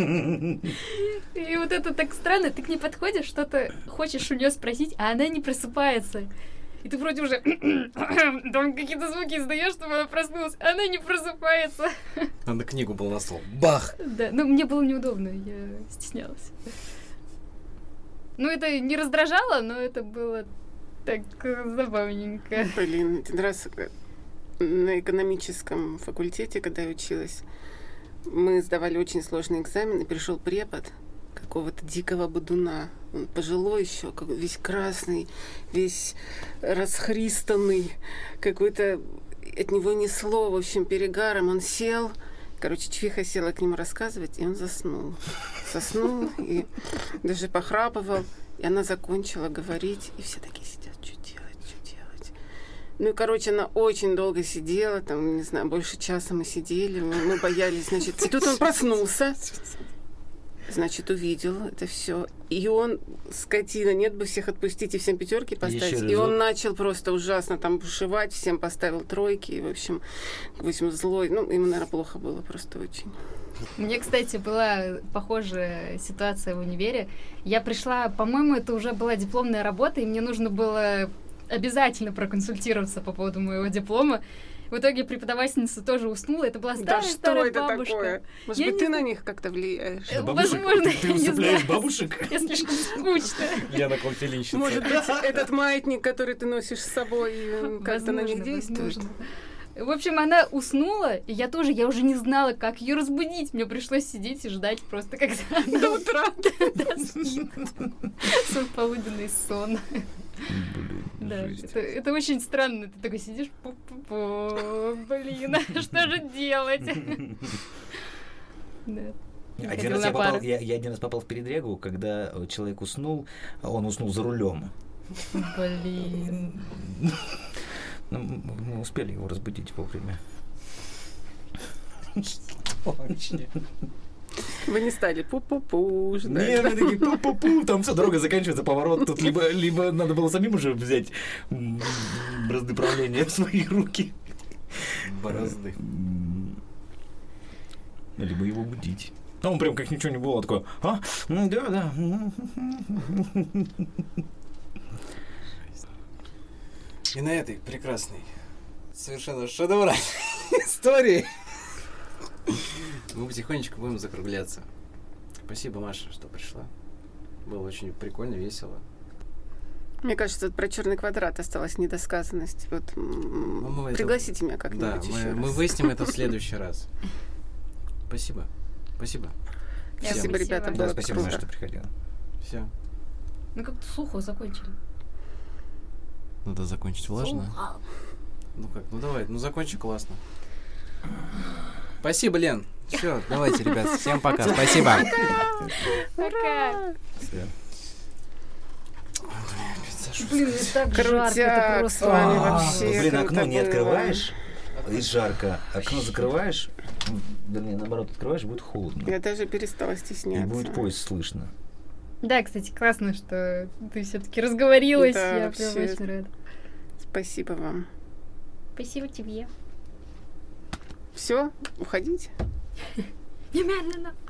И вот это так странно, ты к ней подходишь, что-то хочешь у нее спросить, а она не просыпается. И ты вроде уже там какие-то звуки издаешь, чтобы она проснулась, а она не просыпается. Надо книгу было на стол. Бах! Да, но мне было неудобно, я стеснялась. Ну, это не раздражало, но это было так забавненько. Блин, один раз на экономическом факультете, когда я училась, мы сдавали очень сложный экзамен, и пришел препод какого-то дикого бодуна. Он пожилой еще, весь красный, весь расхристанный, какой-то от него несло, в общем, перегаром. Он сел, короче, чувиха села к нему рассказывать, и он заснул. Соснул и даже похрапывал. И она закончила говорить, и все такие сидят, что делать. Ну и, короче, она очень долго сидела, там, не знаю, больше часа мы сидели, мы боялись, значит. И тут он проснулся. Значит, увидел это все. И он, скотина, нет бы всех отпустить и всем пятерки поставить. И он начал просто ужасно там бушевать, всем поставил тройки. И, в общем, злой. Ну, ему, наверное, плохо было просто очень. Мне, кстати, была похожая ситуация в универе. Я пришла, по-моему, это уже была дипломная работа, и мне нужно было обязательно проконсультироваться по поводу моего диплома. В итоге преподавательница тоже уснула. Это была старая бабушка. Такое? Может быть, ты на них как-то влияешь? Возможно, ты усыпляешь бабушек? Я слишком скучно. Яна Колтелинщица. Может быть, этот маятник, который ты носишь с собой, как-то на них действует? В общем, она уснула, и я уже не знала, как ее разбудить. Мне пришлось сидеть и ждать просто, когда она до утра спит. Свой полуденный сон. Да, это очень странно. Ты такой сидишь, блин, что же делать? Я один раз попал в передрягу, когда человек уснул, он уснул за рулем. Блин. Мы успели его разбудить вовремя. Вы не стали пу-пу-пу ждать. Не, мы такие пу-пу-пу, там все, дорога заканчивается, поворот. Тут либо надо было самим уже взять бразды правления в свои руки. Борозды. Либо его будить. А он прям как ничего не было, такой, да. И на этой прекрасной, совершенно шедевральной истории мы потихонечку будем закругляться. Спасибо, Маша, что пришла. Было очень прикольно, весело. Мне кажется, про черный квадрат осталась недосказанность. Вот пригласите меня как-нибудь еще раз. Мы выясним это в следующий раз. Спасибо. Спасибо. Спасибо, ребята, было спасибо, круто. что приходила. Все. Мы как-то сухо закончили. Надо закончить влажно. Сухо. Ну как, ну давай, ну закончи классно. Спасибо, Лен. Все, давайте, ребят, всем пока. Спасибо. Пока. Всё. Блин, мне так жарко, это Крутяк просто... с вами вообще. Блин, круто окно не было. открываешь, и жарко. Окно закрываешь, вернее, наоборот, открываешь, будет холодно. Я даже перестала И стесняться. будет поезд слышно. Да, кстати, классно, что ты все-таки разговорилась. Да, Я прям вообще. очень рада. Спасибо вам. Спасибо тебе. Все, уходить? Немедленно.